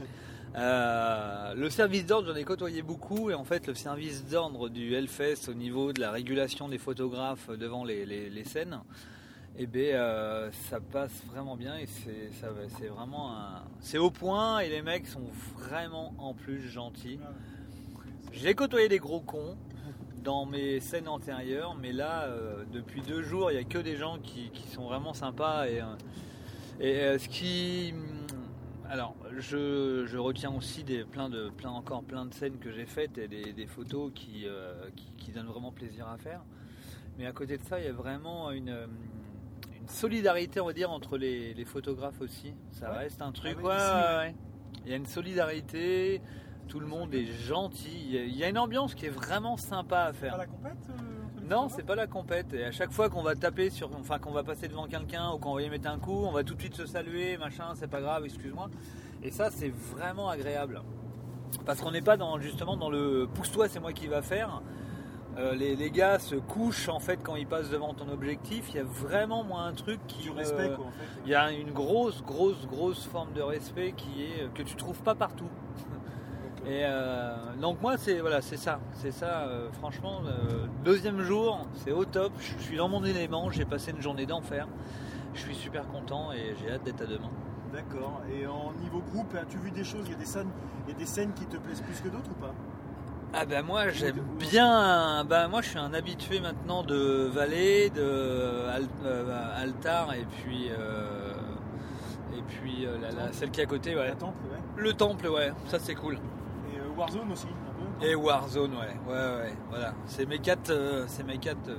Euh, le service d'ordre, j'en ai côtoyé beaucoup, et en fait le service d'ordre du Hellfest au niveau de la régulation des photographes devant les, les- les scènes, eh ben, euh, ça passe vraiment bien et c'est, ça, c'est vraiment un, c'est au point et les mecs sont vraiment en plus gentils. J'ai côtoyé des gros cons dans mes scènes antérieures, mais là, euh, depuis deux jours, il n'y a que des gens qui, qui sont vraiment sympas et, euh, et euh, ce qui, alors, je, je retiens aussi des, plein de, plein, encore plein de scènes que j'ai faites et des, des photos qui, euh, qui, qui donnent vraiment plaisir à faire. Mais à côté de ça, il y a vraiment une, une solidarité, on va dire, entre les, les photographes aussi. Ça Ouais. reste un truc. Ah oui, ouais, ici, ouais, ouais. Il y a une solidarité. Tout le monde est gentil. Il y a- il y a une ambiance qui est vraiment sympa à faire. Pas la compète euh, entre les Non, photographes c'est pas la compète. Et à chaque fois qu'on va taper sur, enfin qu'on va passer devant quelqu'un ou qu'on va y mettre un coup, on va tout de suite se saluer, machin, c'est pas grave, excuse-moi. Et ça, c'est vraiment agréable. Parce qu'on n'est pas dans, justement dans le pousse-toi, c'est moi qui va faire. Euh, les, les gars se couchent en fait quand ils passent devant ton objectif. Il y a vraiment moi un truc qui Du me- respect, quoi, en fait. Il y a une grosse, grosse, grosse forme de respect qui est que tu trouves pas partout. Et euh, donc moi c'est voilà c'est ça, c'est ça. euh, franchement, euh, deuxième jour, c'est au top. Je suis dans mon élément. J'ai passé une journée d'enfer. Je suis super content et j'ai hâte d'être à demain. D'accord. Et en niveau groupe, as-tu vu des choses? Il y a des scènes, il y a des scènes qui te plaisent plus que d'autres ou pas? Ah ben moi j'aime bien, ben moi je suis un habitué maintenant de Vallée, de Al- euh, Altar et puis euh, et puis euh, la, la- celle qui est à côté, ouais. La temple, ouais. Le temple, ouais, ça c'est cool. Et euh, Warzone aussi, un peu. Et Warzone, ouais, ouais, ouais, voilà. C'est mes quatre, euh, c'est mes quatre, euh,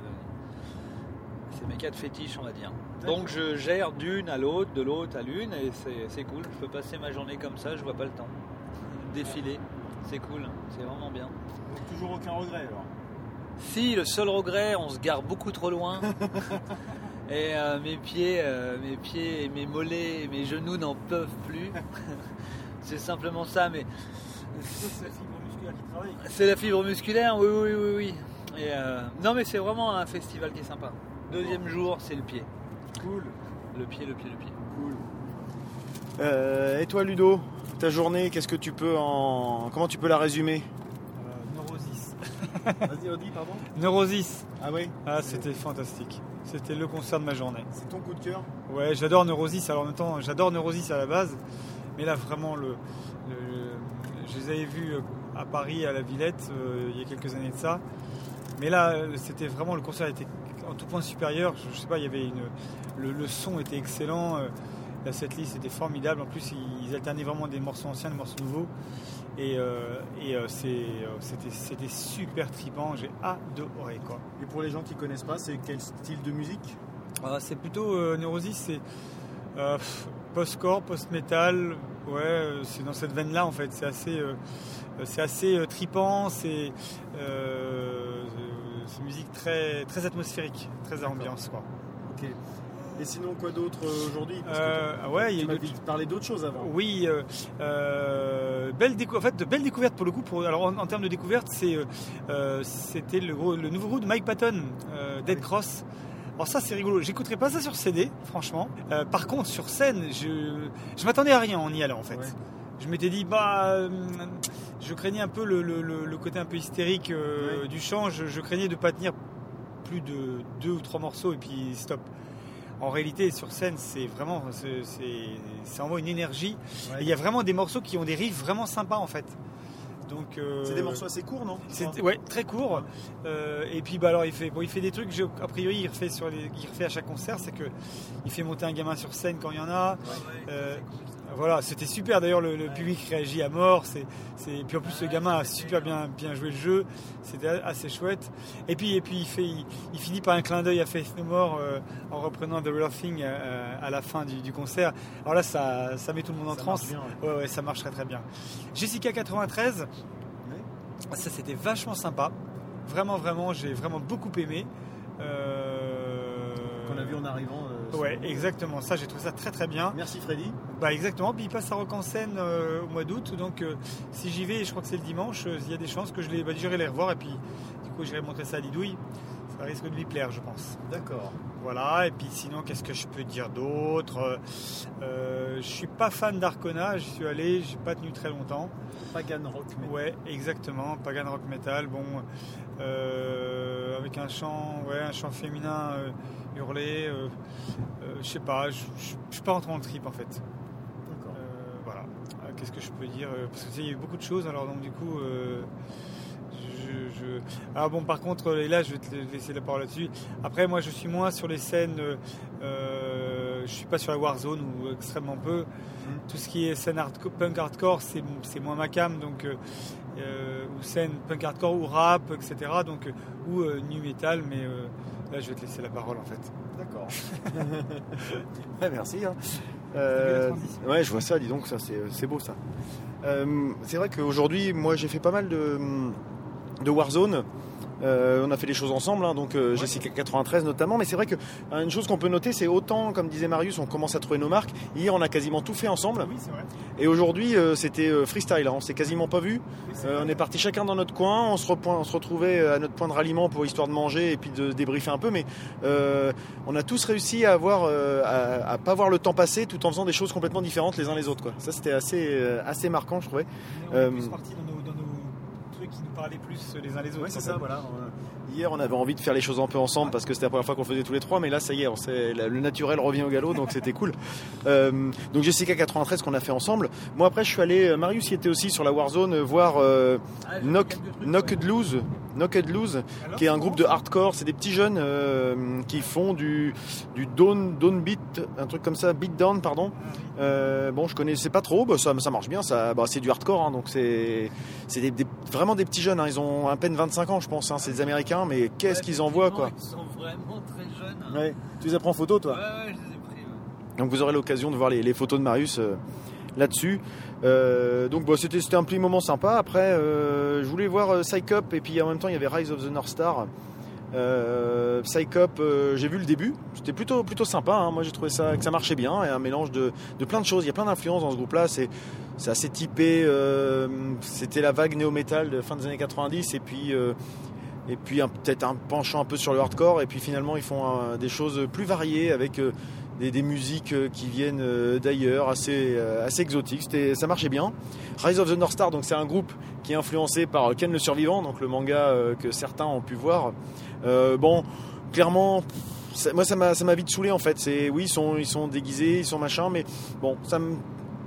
c'est mes quatre fétiches, on va dire. D'accord. Donc je gère d'une à l'autre, de l'autre à l'une et c'est, c'est cool. Je peux passer ma journée comme ça, je vois pas le temps défiler. C'est cool, c'est vraiment bien. Donc toujours aucun regret alors. Si, le seul regret, on se gare beaucoup trop loin. Et euh, mes pieds, euh, mes pieds et mes mollets et mes genoux n'en peuvent plus. C'est simplement ça, mais C'est la fibre musculaire qui travaille. c'est la fibre musculaire, oui, oui, oui, oui. Et euh, non, mais c'est vraiment un festival qui est sympa. Deuxième jour, c'est le pied. Cool. Le pied, le pied, le pied. Cool. Euh, et toi Ludo, ta journée, qu'est-ce que tu peux en... Comment tu peux la résumer? Euh, Neurosis. Vas-y, Audi, pardon. Neurosis. Ah oui. Ah, c'était fantastique. C'était le concert de ma journée. C'est ton coup de cœur? Ouais, j'adore Neurosis. Alors en même temps, j'adore Neurosis à la base, mais là vraiment le, le- je les avais vus à Paris à la Villette euh, il y a quelques années de ça. Mais là, euh, c'était vraiment le concert était en tout point supérieur. Je, je sais pas, il y avait une, le, le son était excellent. euh, La setlist était formidable. En plus, ils, ils alternaient vraiment des morceaux anciens, des morceaux nouveaux. Et, euh, et euh, c'est, euh, c'était, c'était super trippant. J'ai adoré quoi. Et pour les gens qui connaissent pas, c'est quel style de musique? Ah, c'est plutôt euh, Neurosis, c'est euh, pff, post-core, post-metal. Ouais, euh, c'est dans cette veine-là en fait. C'est assez, euh, c'est assez euh, trippant. C'est, euh, c'est une musique très, très atmosphérique, très à ambiance, quoi. Ok. Et sinon, quoi d'autre euh, aujourd'hui? Parce que Euh, ah ouais, il y a tu une m'avais parlé d'autres choses avant. Oui, euh, euh, belle décou- en fait, de belles découvertes pour le coup. Pour, alors en, en termes de découverte, c'est, euh, euh, c'était le, gros- le nouveau groupe de Mike Patton, euh, Dead Cross. Alors ça c'est rigolo, j'écouterai pas ça sur C D, franchement. Euh, par contre sur scène, je, je m'attendais à rien en y allant en fait. Ouais. Je m'étais dit, bah, euh, je craignais un peu le, le- le- le côté un peu hystérique euh, Ouais. du chant. Je, je craignais de pas tenir plus de deux ou trois morceaux et puis stop. En réalité, sur scène, c'est vraiment, c'est, c'est- ça envoie une énergie. Ouais. Et il y a vraiment des morceaux qui ont des riffs vraiment sympas en fait. Donc, euh, C'est des morceaux assez courts, non? c'est, ouais, très court. Euh, et puis, bah alors, il fait, bon, il fait des trucs. je- a priori, il refait sur les, il refait à chaque concert, c'est que il fait monter un gamin sur scène quand il y en a. Euh, Voilà, c'était super. D'ailleurs, le, le public réagit à mort. C'est, c'est... Puis en plus, ce gamin a super bien, bien joué le jeu. C'était assez chouette. Et puis, et puis il, fait, il, il finit par un clin d'œil à Faith No More euh, en reprenant The Real Thing euh, à la fin du, du concert. Alors là, ça, ça met tout le monde en Ça transe. marche bien, ouais. Ouais, ouais, ça marche très très bien. Jessica quatre-vingt-treize, Ouais. ça c'était vachement sympa. Vraiment, vraiment, j'ai vraiment beaucoup aimé. Euh... Qu'on a vu en arrivant. euh, sur- Ouais, exactement. Ça, j'ai trouvé ça très très bien. Merci Freddy. Bah exactement, puis il passe à Rock en scène euh, au mois d'août, donc euh, si j'y vais, je crois que c'est le dimanche, euh, il y a des chances que je les, bah, j'irai les revoir et puis du coup j'irai montrer ça à Didouille, ça risque de lui plaire je pense. D'accord. Voilà, et puis sinon qu'est-ce que je peux dire d'autre? euh, Je suis pas fan d'Arcona, j'y suis allé, j'ai pas tenu très longtemps. Pagan Rock. mais- Ouais, exactement, Pagan Rock Metal, bon, euh, avec un chant, ouais, un chant féminin euh, hurlé, euh, euh, je sais pas, je je- je suis pas rentré dans le trip en fait. D'accord. Euh, voilà. Euh, Qu'est-ce que je peux dire? Euh, Parce que tu sais, il y a eu beaucoup de choses, alors donc du coup, euh, je, je- Ah bon, par contre, et là, je vais te laisser la parole là-dessus. Après, moi, je suis moins sur les scènes. Euh, euh, je suis pas sur la Warzone ou extrêmement peu. Tout ce qui est scène hardco- punk hardcore, c'est c'est moins ma cam, donc euh, euh, ou scène punk hardcore ou rap, et cetera. Donc euh, ou euh, nu metal, mais euh, là, je vais te laisser la parole en fait. D'accord. Ouais, merci. hein. T'as Euh, vu la transition ouais, je vois ça, dis donc, ça c'est, c'est beau ça. Euh, c'est vrai qu'aujourd'hui, moi j'ai fait pas mal de, de Warzone. Euh, on a fait des choses ensemble, hein, donc euh, Jessica quatre-vingt-treize notamment, mais c'est vrai que euh, une chose qu'on peut noter, c'est autant, comme disait Marius, on commence à trouver nos marques. Hier, on a quasiment tout fait ensemble, Oui, c'est vrai. et aujourd'hui, euh, c'était euh, freestyle. Hein, on s'est quasiment pas vu. Oui, c'est Euh, vrai. on est parti chacun dans notre coin, on se, repoint- on se retrouvait à notre point de ralliement pour histoire de manger et puis de se débriefer un peu, mais euh, on a tous réussi à avoir, euh, à, à pas voir le temps passer tout en faisant des choses complètement différentes les uns les autres, quoi. Ça, c'était assez, euh, assez marquant, je trouvais. On est Euh, plus partis dans nos, dans nos trucs qui nous parlaient plus les uns les autres. Ouais, c'est en ça, fait. voilà. Hier, on avait envie de faire les choses un peu ensemble parce que c'était la première fois qu'on le faisait tous les trois, mais là, ça y est, on s'est- le naturel revient au galop, donc c'était cool. Euh, donc Jessica quatre-vingt-treize qu'on a fait ensemble. Moi, après, je suis allé, Marius y était aussi sur la Warzone, euh, voir euh, Ah, j'ai Knock, quelques trucs, Knocked ouais. Loose, Knocked Loose, Alors, qui est un c'est groupe bon, de ça. hardcore. C'est des petits jeunes euh, qui font du, du down, down beat, un truc comme ça, beat down, pardon. Ah, oui. Euh, bon, je connaissais pas trop, bah, ça, ça marche bien, ça, bah, c'est du hardcore, hein, donc c'est, c'est des, des- vraiment des petits jeunes, hein, ils ont à peine vingt-cinq ans, je pense, hein, c'est des Américains, mais qu'est-ce Ouais, qu'ils envoient, quoi. Ils sont vraiment très jeunes. Ouais. Tu les as pris en photo, Ouais, toi. ouais, je les ai pris. ouais. Donc vous aurez l'occasion de voir les, les photos de Marius euh, là-dessus. Euh, donc bon, c'était, c'était un petit moment sympa. Après, euh, je voulais voir euh, Psych Up et puis en même temps il y avait Rise of the North Star. Euh, Psych Up, euh, j'ai vu le début, c'était plutôt, plutôt sympa, hein. Moi j'ai trouvé ça, que ça marchait bien, et un mélange de, de plein de choses, il y a plein d'influences dans ce groupe-là, c'est, c'est assez typé, euh, c'était la vague néo-metal de fin des années quatre-vingt-dix, et puis, euh, et puis un, peut-être un penchant un peu sur le hardcore, et puis finalement ils font euh, des choses plus variées avec euh, des, des musiques euh, qui viennent euh, d'ailleurs, assez, euh, assez exotiques, c'était, ça marchait bien. Rise of the North Star, donc c'est un groupe qui est influencé par Ken le Survivant, donc le manga euh, que certains ont pu voir. Euh, bon, clairement, ça, moi ça m'a, ça m'a vite saoulé en fait. C'est, oui, ils sont, ils sont déguisés, ils sont machin, mais bon, ça me,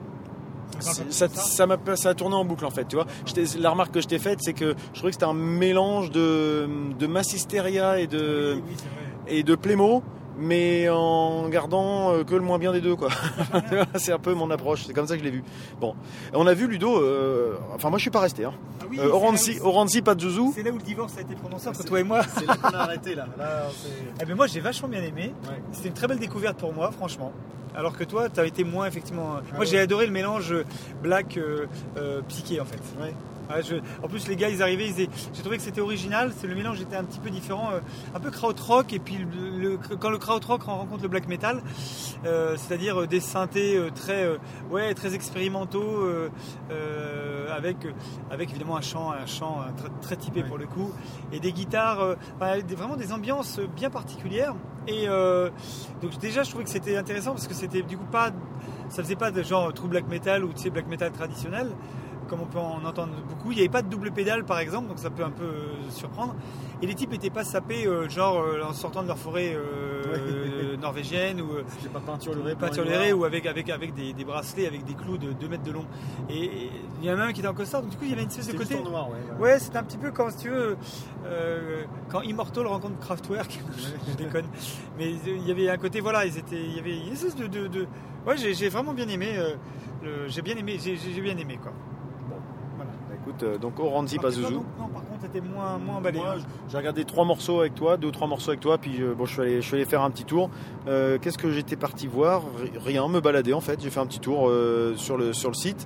c'est- ça, ça m'a, ça a tourné en boucle en fait. Tu vois, J'étais- la remarque que je t'ai faite, c'est que je trouvais que c'était un mélange de, de Mass Hysteria et de, Oui, oui, c'est vrai. et de Plémo, mais en gardant euh, que le moins bien des deux, quoi. C'est un peu mon approche, c'est comme ça que je l'ai vu. Bon, on a vu Ludo, euh, enfin moi je suis pas resté, hein. Ah oui, Euh, c'est là Oranzi, où- Oranzi Pazuzu. C'est là où le divorce a été prononcé entre C'est- toi et moi. C'est là qu'on a arrêté là. Là, c'est... Eh ben moi j'ai vachement bien aimé. Ouais. C'était une très belle découverte pour moi, franchement. Alors que toi, tu as été moins effectivement. Ah moi ouais. j'ai adoré le mélange black euh, euh, psyché en fait. Ouais. Ouais, je... En plus, les gars, ils arrivaient, ils étaient... j'ai trouvé que c'était original. C'est le mélange était un petit peu différent, euh, un peu krautrock. Et puis, le, le... quand le krautrock rencontre le black metal, euh, c'est-à-dire des synthés euh, très, euh, ouais, très expérimentaux, euh, euh, avec, avec évidemment un chant, un chant très, très typé ouais. pour le coup, et des guitares, euh, bah, des, vraiment des ambiances bien particulières. Et euh, donc déjà, je trouvais que c'était intéressant parce que c'était du coup pas, ça faisait pas de genre true black metal ou tu sais black metal traditionnel, comme on peut en entendre beaucoup. Il n'y avait pas de double pédale par exemple, donc ça peut un peu euh, surprendre. Et les types n'étaient pas sapés euh, genre euh, en sortant de leur forêt euh, ouais. norvégienne ou euh, c'était pas peinturluré, peinturluré ou avec, avec, avec des, des bracelets avec des clous de deux mètres de long. Et il y en a même un qui était en costard, donc du coup il y avait une espèce de côté. Juste en noir, ouais, voilà. Ouais, c'était un petit peu quand si tu veux, euh, quand Immortal rencontre Kraftwerk, je déconne. Mais il y avait un côté, voilà, ils étaient, il y avait une espèce de, de, de... ouais, j'ai, j'ai vraiment bien aimé, euh, le, j'ai bien aimé, j'ai, j'ai bien aimé quoi. Écoute, euh, donc Oranzi Pazuzu. Non, par contre, c'était moins, moins emballé. Moi, j'ai regardé trois morceaux avec toi, deux ou trois morceaux avec toi, puis euh, bon, je suis allé, je suis allé faire un petit tour. Euh, qu'est-ce que j'étais parti voir ? Rien, me balader en fait. J'ai fait un petit tour euh, sur le sur le site.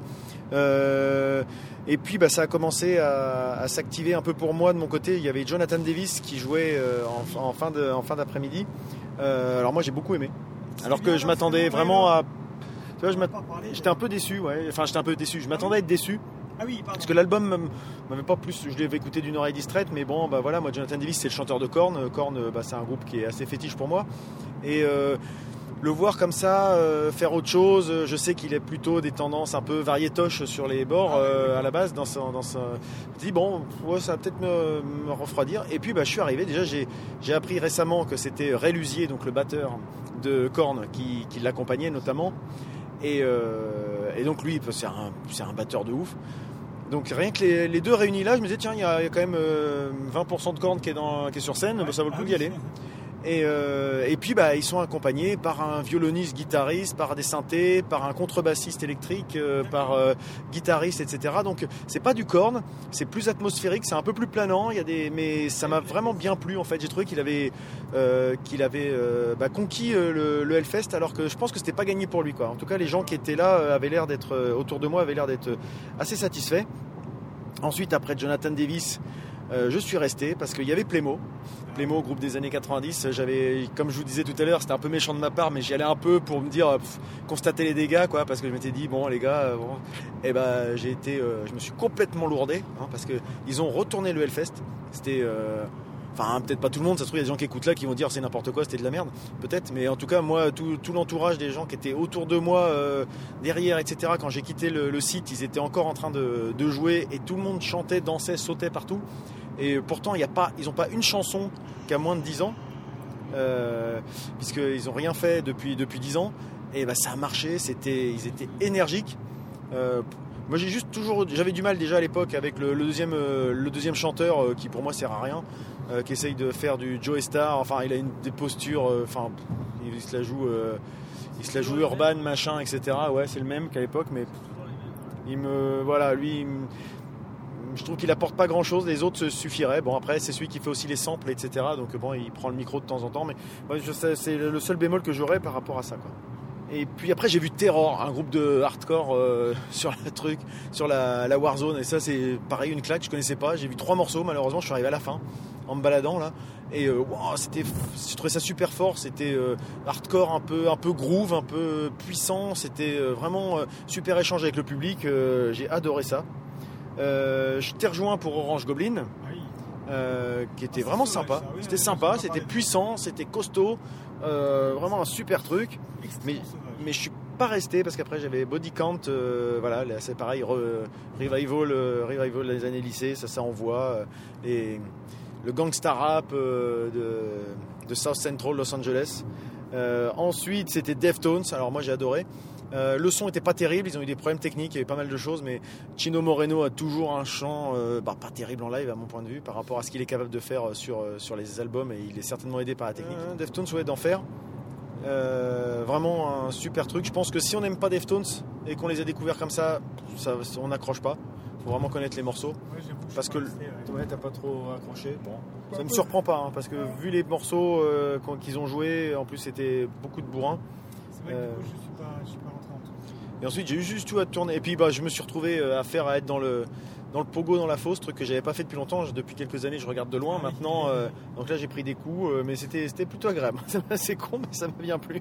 Euh, et puis, bah, ça a commencé à, à s'activer un peu pour moi de mon côté. Il y avait Jonathan Davis qui jouait euh, en, en fin de, en fin d'après-midi. Euh, alors moi, j'ai beaucoup aimé. Alors que je m'attendais vraiment à. Tu vois, je j'étais un peu déçu. Ouais. Enfin, j'étais un peu déçu. Je m'attendais à être déçu. Ah oui, parce que l'album m'avait pas plus, je l'avais écouté d'une oreille distraite, mais bon, bah voilà, moi Jonathan Davis c'est le chanteur de Korn. Korn, bah, c'est un groupe qui est assez fétiche pour moi, et euh, le voir comme ça euh, faire autre chose, je sais qu'il est plutôt des tendances un peu variétoches sur les bords euh, à la base. Dans son, dans son... Je me dis bon, ouais, ça va peut-être me, me refroidir. Et puis bah, je suis arrivé. Déjà, j'ai, j'ai appris récemment que c'était Ray Luzier, donc le batteur de Korn, qui, qui l'accompagnait notamment. Et, euh, et donc lui, c'est un, c'est un batteur de ouf. Donc rien que les, les deux réunis là, je me disais tiens, il y, y a quand même euh, vingt pour cent de Korn qui est, dans, qui est sur scène, bah, ça vaut le coup d'y aller. Et, euh, et puis bah, ils sont accompagnés par un violoniste guitariste, par des synthés, par un contrebassiste électrique, euh, par euh, guitariste, et cetera. Donc c'est pas du Korn, c'est plus atmosphérique, c'est un peu plus planant. Il y a des, mais ça m'a vraiment bien plu en fait. J'ai trouvé qu'il avait, euh, qu'il avait euh, bah, conquis euh, le, le Hellfest, alors que je pense que c'était pas gagné pour lui quoi. En tout cas, les gens qui étaient là euh, avaient l'air d'être euh, autour de moi avaient l'air d'être assez satisfaits. Ensuite, après Jonathan Davis, euh, je suis resté parce qu'il y avait Plémo. Plémo, groupe des années quatre-vingt-dix. J'avais, comme je vous disais tout à l'heure, c'était un peu méchant de ma part, mais j'y allais un peu pour me dire, pff, constater les dégâts, quoi, parce que je m'étais dit, bon, les gars, euh, bon, et ben, j'ai été, euh, je me suis complètement lourdé, hein, parce que ils ont retourné le Hellfest. C'était, euh, enfin, peut-être pas tout le monde, ça se trouve, il y a des gens qui écoutent là qui vont dire c'est n'importe quoi, c'était de la merde, peut-être, mais en tout cas, moi, tout, tout l'entourage des gens qui étaient autour de moi, euh, derrière, et cetera, quand j'ai quitté le, le site, ils étaient encore en train de, de jouer et tout le monde chantait, dansait, sautait partout. Et pourtant, il y a pas, ils n'ont pas une chanson qui a moins de dix ans, euh, puisqu'ils n'ont rien fait depuis, depuis dix ans. Et bah, ça a marché, c'était, ils étaient énergiques. Euh, moi, j'ai juste toujours, j'avais du mal déjà à l'époque avec le, le, deuxième, euh, le deuxième chanteur euh, qui pour moi sert à rien, euh, qui essaye de faire du Joe Star. Enfin, il a une, des postures, euh, enfin, il se la joue, euh, il se la joue urban, machin, et cetera. Ouais, c'est le même qu'à l'époque, mais il me, voilà, lui. Il me, je trouve qu'il apporte pas grand chose, les autres se suffiraient. Bon, après, c'est celui qui fait aussi les samples, et cetera. Donc, bon, il prend le micro de temps en temps, mais moi, je sais, c'est le seul bémol que j'aurais par rapport à ça, quoi. Et puis après, j'ai vu Terror, un groupe de hardcore euh, sur le truc, sur la, la Warzone. Et ça, c'est pareil, une claque, je connaissais pas. J'ai vu trois morceaux, malheureusement, je suis arrivé à la fin, en me baladant là. Et euh, wow, c'était, je trouvais ça super fort. C'était euh, hardcore, un peu, un peu groove, un peu puissant. C'était euh, vraiment euh, super échange avec le public. Euh, j'ai adoré ça. Euh, je t'ai rejoint pour Orange Goblin, euh, qui était vraiment sympa. C'était sympa, c'était puissant, c'était costaud, euh, vraiment un super truc. Mais, mais je suis pas resté parce qu'après j'avais Body Count, euh, voilà, là, c'est pareil, re, revival, euh, revival des années lycée, ça, ça envoie. Euh, et le gangsta rap euh, de, de South Central Los Angeles. Euh, ensuite, c'était Deftones. Alors moi, j'ai adoré. Euh, le son était pas terrible, ils ont eu des problèmes techniques, il y avait pas mal de choses, mais Chino Moreno a toujours un chant euh, bah, pas terrible en live à mon point de vue par rapport à ce qu'il est capable de faire sur, sur les albums, et il est certainement aidé par la technique. Euh, Deftones, ouais, d'enfer. Euh, vraiment un super truc. Je pense que si on n'aime pas Deftones et qu'on les a découverts comme ça, ça on n'accroche pas. Faut vraiment connaître les morceaux. Ouais, parce que resté, ouais. Ouais, t'as pas trop accroché. Bon, ça me surprend pas, hein, parce que vu les morceaux euh, qu'ils ont joués, en plus c'était beaucoup de bourrin. C'est vrai que euh, du coup, je suis pas, je suis pas rentré en tout. Et ensuite j'ai eu juste tout à tourner. Et puis bah, je me suis retrouvé à faire, à être dans le dans le pogo dans la fosse, truc que j'avais pas fait depuis longtemps. Depuis quelques années, je regarde de loin. Maintenant, euh, donc là, j'ai pris des coups, euh, mais c'était, c'était plutôt agréable. C'est con, mais ça m'a bien plu.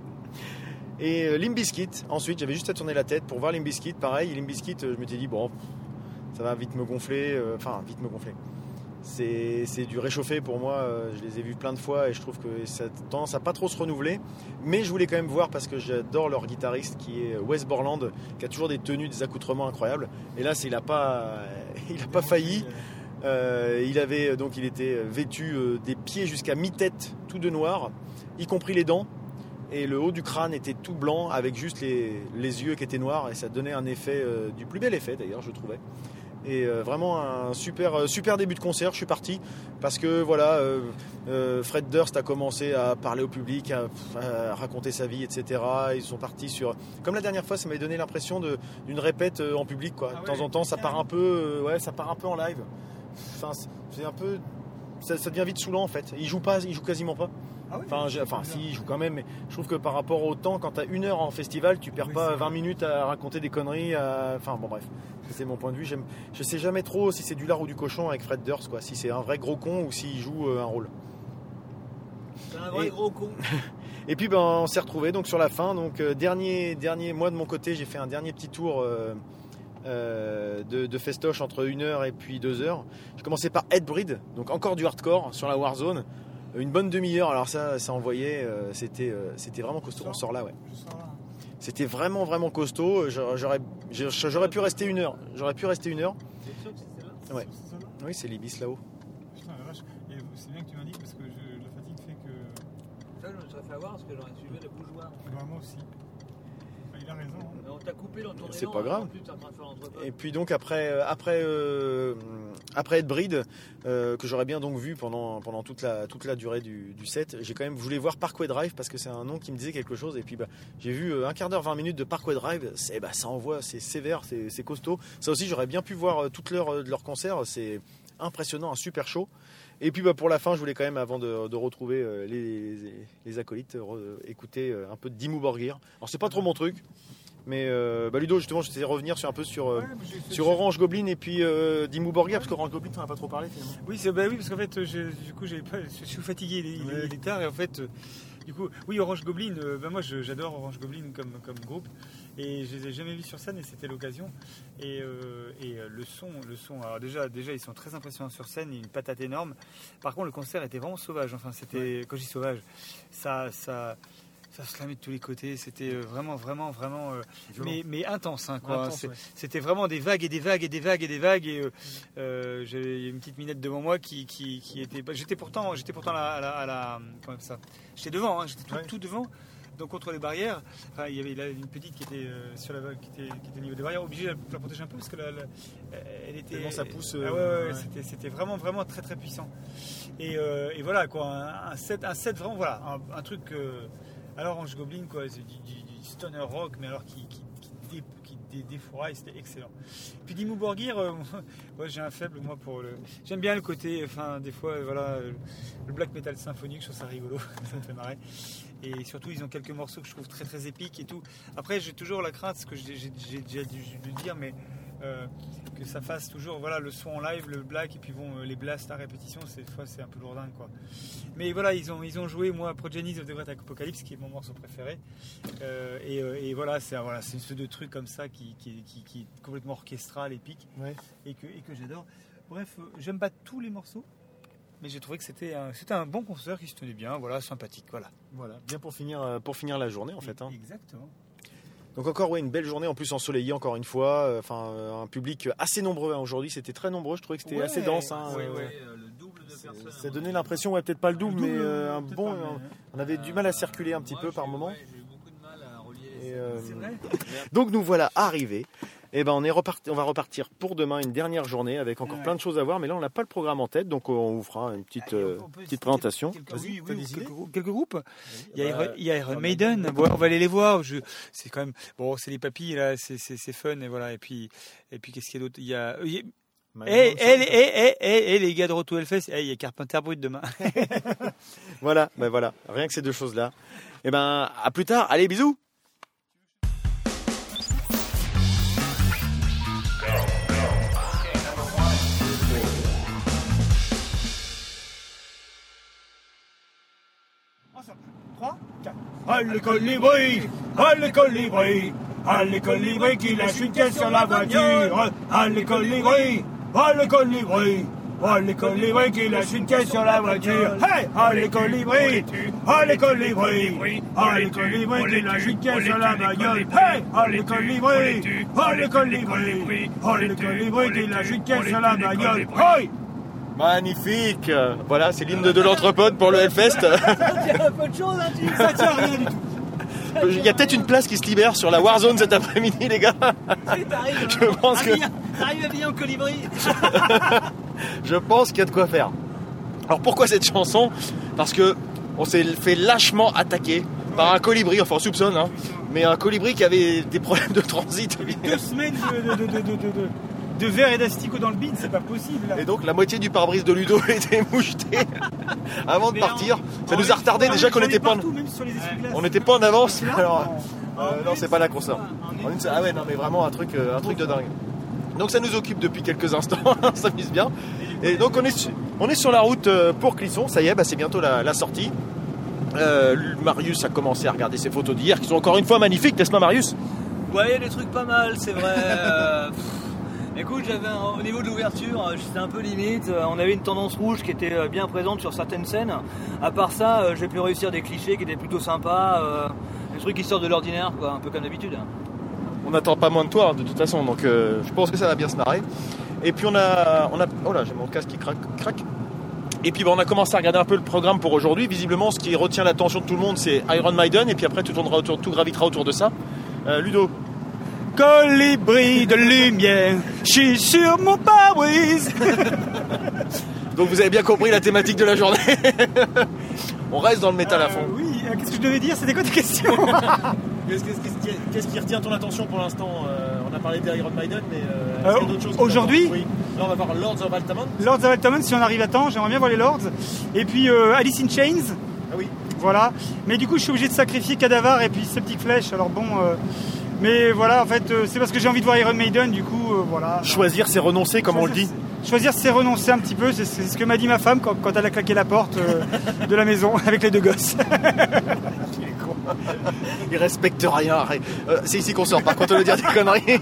Et euh, Limp Bizkit. Ensuite, j'avais juste à tourner la tête pour voir Limp Bizkit. Pareil, Limp Bizkit, euh, je m'étais dit bon, ça va vite me gonfler. Euh, enfin, vite me gonfler. C'est, c'est du réchauffé pour moi, je les ai vus plein de fois et je trouve que ça a tendance à pas trop se renouveler. Mais je voulais quand même voir parce que j'adore leur guitariste qui est Wes Borland, qui a toujours des tenues, des accoutrements incroyables. Et là, c'est, il n'a pas, il a pas failli. Euh, il avait donc il était vêtu euh, des pieds jusqu'à mi-tête, tout de noir, y compris les dents. Et le haut du crâne était tout blanc avec juste les, les yeux qui étaient noirs et ça donnait un effet, euh, du plus bel effet d'ailleurs, je trouvais. Et euh, vraiment un super, euh, super début de concert, je suis parti parce que voilà, euh, euh, Fred Durst a commencé à parler au public, à, à raconter sa vie, et cetera. Ils sont partis sur, comme la dernière fois, ça m'avait donné l'impression de, d'une répète euh, en public, quoi. Ah de ouais, temps en temps, ça part un peu, euh, ouais, ça part un peu en live. Enfin, c'est un peu, ça, ça devient vite saoulant en fait. Ils jouent pas, ils jouent quasiment pas. Ah oui, enfin, enfin si, ils jouent quand même, mais je trouve que par rapport au temps, quand tu as une heure en festival, tu perds oui, pas vingt minutes à raconter des conneries. À... Enfin bon, bref, c'est mon point de vue. J'aime... Je sais jamais trop si c'est du lard ou du cochon avec Fred Durst, quoi. Si c'est un vrai gros con ou s'il joue euh, un rôle. C'est un vrai Et... gros con. Et puis ben, on s'est retrouvés donc sur la fin. Donc euh, dernier, dernier, moi de mon côté, j'ai fait un dernier petit tour. Euh... Euh, de, de festoche entre une heure et puis deux heures. J'ai commencé par Headbreed, donc encore du hardcore sur la Warzone. Une bonne demi-heure, alors ça, ça envoyait, euh, c'était, euh, c'était vraiment costaud. On sort là, ouais. C'était vraiment, vraiment costaud. J'aurais, j'aurais pu rester une heure. J'aurais pu rester une heure. C'est sûr que c'est celle-là ? Ouais. Oui, c'est l'Ibis là-haut. Putain, la vache. Et c'est bien que tu m'indiques parce que je, la fatigue fait que. Ça, je me serais fait avoir parce que j'aurais suivi le bougeoir. Ouais, moi aussi. Il a raison. Hein. On t'a coupé dans ton C'est élan, pas grave. Plus, et puis donc après, après, euh, après Headbreed, euh, que j'aurais bien donc vu pendant, pendant toute, la, toute la durée du, du set, j'ai quand même voulu voir Parkway Drive parce que c'est un nom qui me disait quelque chose. Et puis bah, j'ai vu un quart d'heure, vingt minutes de Parkway Drive. C'est, bah, ça envoie, c'est sévère, c'est, c'est costaud. Ça aussi, j'aurais bien pu voir toute l'heure de leur concert. C'est impressionnant, un super show. Et puis bah, pour la fin, je voulais quand même, avant de, de retrouver euh, les, les, les acolytes, re, écouter euh, un peu de Dimmu Borgir. Alors c'est pas trop mon truc, mais euh, bah, Ludo, justement, je t'ai revenir sur un peu sur, euh, ouais, sur Orange Goblin et puis euh, Dimmu Borgir, ouais. Parce qu'Orange Goblin, t'en as pas trop parlé finalement. Oui, c'est, bah, oui parce qu'en fait, je, du coup, j'ai pas, je suis fatigué, il, ouais. il est tard et en fait. Euh, Du coup, oui, Orange Goblin, euh, ben moi je, j'adore Orange Goblin comme, comme groupe et je les ai jamais vus sur scène et c'était l'occasion. Et, euh, et euh, le son, le son, alors déjà, déjà ils sont très impressionnants sur scène, il y a une patate énorme. Par contre, le concert était vraiment sauvage. Enfin, c'était, ouais. Quand je dis sauvage, ça, ça, ça se clamait de tous les côtés. C'était vraiment, vraiment, vraiment, euh, mais, mais intense, hein, quoi. Intense, ouais. C'était vraiment des vagues et des vagues et des vagues et des vagues. Et euh, euh, j'avais une petite minette devant moi qui, qui, qui était. J'étais pourtant, j'étais pourtant à la, à la, comment ça. J'étais devant, hein, j'étais tout, ouais. tout devant. Donc contre les barrières, enfin, il y avait là, une petite qui était euh, sur la vague, qui était, qui était au niveau des barrières, obligée de la protéger un peu parce que la, la, elle était. Tellement ça pousse. Euh, ah ouais, ouais, ouais. C'était, c'était vraiment, vraiment très, très puissant. Et, euh, et voilà quoi, un, un set, un set vraiment, voilà, un, un truc. Euh, Alors Orange Goblin, quoi, c'est du, du, du stoner rock, mais alors qui, qui, qui, dé, qui dé, défouraille, c'était excellent. Puis Dimmu Borgir, euh, moi j'ai un faible moi pour le. J'aime bien le côté, enfin des fois, voilà, le black metal symphonique, je trouve ça rigolo, ça me fait marrer. Et surtout, ils ont quelques morceaux que je trouve très très épiques et tout. Après, j'ai toujours la crainte, ce que j'ai, j'ai, j'ai déjà dû le dire, mais. Euh, que ça fasse toujours voilà, le son en live, le black et puis bon, les blasts à répétition, cette fois c'est un peu lourdingue quoi. Mais voilà, ils ont, ils ont joué moi Progenies of the Great Apocalypse qui est mon morceau préféré euh, et, euh, et voilà, c'est, voilà, c'est ce de trucs comme ça qui, qui, qui, qui est complètement orchestral, épique ouais. et, que, et que j'adore. Bref, euh, j'aime pas tous les morceaux, mais j'ai trouvé que c'était un, c'était un bon concert qui se tenait bien, voilà, sympathique, voilà. Voilà, bien pour finir, pour finir la journée en fait. Hein. Exactement. Donc encore ouais, une belle journée, en plus ensoleillée encore une fois, enfin euh, un public assez nombreux hein, aujourd'hui, c'était très nombreux, je trouvais que c'était ouais, assez dense. Hein, ouais, euh, ouais, euh, le double de personnes. Ça donnait l'impression, ouais, peut-être pas le double, le double mais euh, un bon, pas, mais... on avait euh, du mal à circuler un petit moi, peu par moment. Ouais, j'ai eu beaucoup de mal à relier les... Et, euh, c'est vrai. Donc nous voilà arrivés. Et ben on est reparti, on va repartir pour demain une dernière journée avec encore ouais. plein de choses à voir, mais là on n'a pas le programme en tête, donc on vous fera une petite, Allez, euh, petite présentation. Quelques, oui, oui, oui, quelques, groupes, quelques groupes. Il y a, bah, il y a Iron Maiden. Bon, on va aller les voir. Je, c'est quand même bon, c'est les papilles là, c'est, c'est, c'est fun et voilà. Et puis, et puis qu'est-ce qu'il y a d'autre? Il y a. Il y a Eh, eh, eh, eh, les gars de Roto Hellfest, il y a Carpenter Brut demain. Voilà, ben voilà, rien que ces deux choses-là. Et ben à plus tard. Allez, bisous. Okay, number one. Ah les colibris, ah les colibris, ah les colibris qui lâchent une caisse sur la voiture. Ah les colibris, ah les colibris, ah les colibris qui lâchent une caisse sur la voiture. Hey, ah les colibris, ah les colibris, ah les colibris qui lâchent une caisse sur la bagnole. Hey, ah les colibris, ah les colibris, ah les colibris qui lâchent une caisse sur la bagnole. Hey. Magnifique. Voilà, c'est l'hymne de l'Entrepode pour le Hellfest. Il y a un peu de choses, hein, tu... Ça tient à rien du tout. Il y a peut-être une place qui se libère sur la Warzone cet après-midi, les gars. Oui, t'arrives, Je pense que- habillé- T'arrives habillé en colibri. Je pense qu'il y a de quoi faire. Alors pourquoi cette chanson? Parce que on s'est fait lâchement attaquer par un colibri, enfin on soupçonne, hein, mais un colibri qui avait des problèmes de transit. Deux semaines de, de, de, de, de, de, de verre et d'asticot dans le bide, c'est pas possible. Là. Et donc la moitié du pare-brise de Ludo était moucheté avant de Mais partir. en- Ça en nous a retardé Ah, déjà mais qu'on j'en ai n'était pas en... partout, même sur les essuie-glaces. on n'était pas en avance. C'est là Alors, Non. euh, non, c'est pas là qu'on sort. En une- Ah ouais, non, mais vraiment un truc, euh, un truc de dingue. Donc ça nous occupe depuis quelques instants, on s'amuse bien. Et donc on est, su- on est sur la route euh, pour Clisson, ça y est, bah, c'est bientôt la, la sortie. Euh, Marius a commencé à regarder ses photos d'hier, qui sont encore une fois magnifiques, n'est-ce pas Marius? Ouais, il y a des trucs pas mal, c'est vrai. Euh, pff, écoute, j'avais un- au niveau de l'ouverture, euh, j'étais un peu limite. Euh, On avait une tendance rouge qui était euh, bien présente sur certaines scènes. À part ça, euh, j'ai pu réussir des clichés qui étaient plutôt sympas. euh, Des trucs qui sortent de l'ordinaire, quoi, un peu comme d'habitude. On n'attend pas moins de toi, hein, de toute façon, donc euh, je pense que ça va bien se marrer. Et puis on a... On a oh là, j'ai mon casque qui craque. craque. Et puis bah, on a commencé à regarder un peu le programme pour aujourd'hui. Visiblement, ce qui retient l'attention de tout le monde, c'est Iron Maiden, et puis après tout, tournera autour, tout gravitera autour de ça. Euh, Ludo. Colibri de lumière, je suis sur mon pare-brise. Donc vous avez bien compris la thématique de la journée. On reste dans le métal à Euh, fond. oui, euh, qu'est-ce que je devais dire? C'était quoi ta question? Qu'est-ce, qu'est-ce- qu'est-ce- qu'est-ce qui retient ton attention pour l'instant? Euh, On a parlé d'Iron Maiden, mais euh, est-ce Euh, qu'il y a d'autres choses qu'on aujourd'hui va voir? Oui. Là, on va voir Lords of Altamont. Lords of Altamont, si on arrive à temps, j'aimerais bien voir les Lords. Et puis euh, Alice in Chains, Ah oui. voilà. Mais du coup, je suis obligé de sacrifier Cadavar et puis Septic Flesh. Alors bon, euh, mais voilà, en fait, euh, c'est parce que j'ai envie de voir Iron Maiden, du coup, euh, voilà. Choisir, c'est renoncer, comme on le dit. Choisir, c'est renoncer un petit peu. C'est, c'est ce que m'a dit ma femme quand, quand elle a claqué la porte euh, de la maison avec les deux gosses. Il respecte rien. arrête. Euh, c'est ici qu'on sort, par contre, on veut dire des conneries.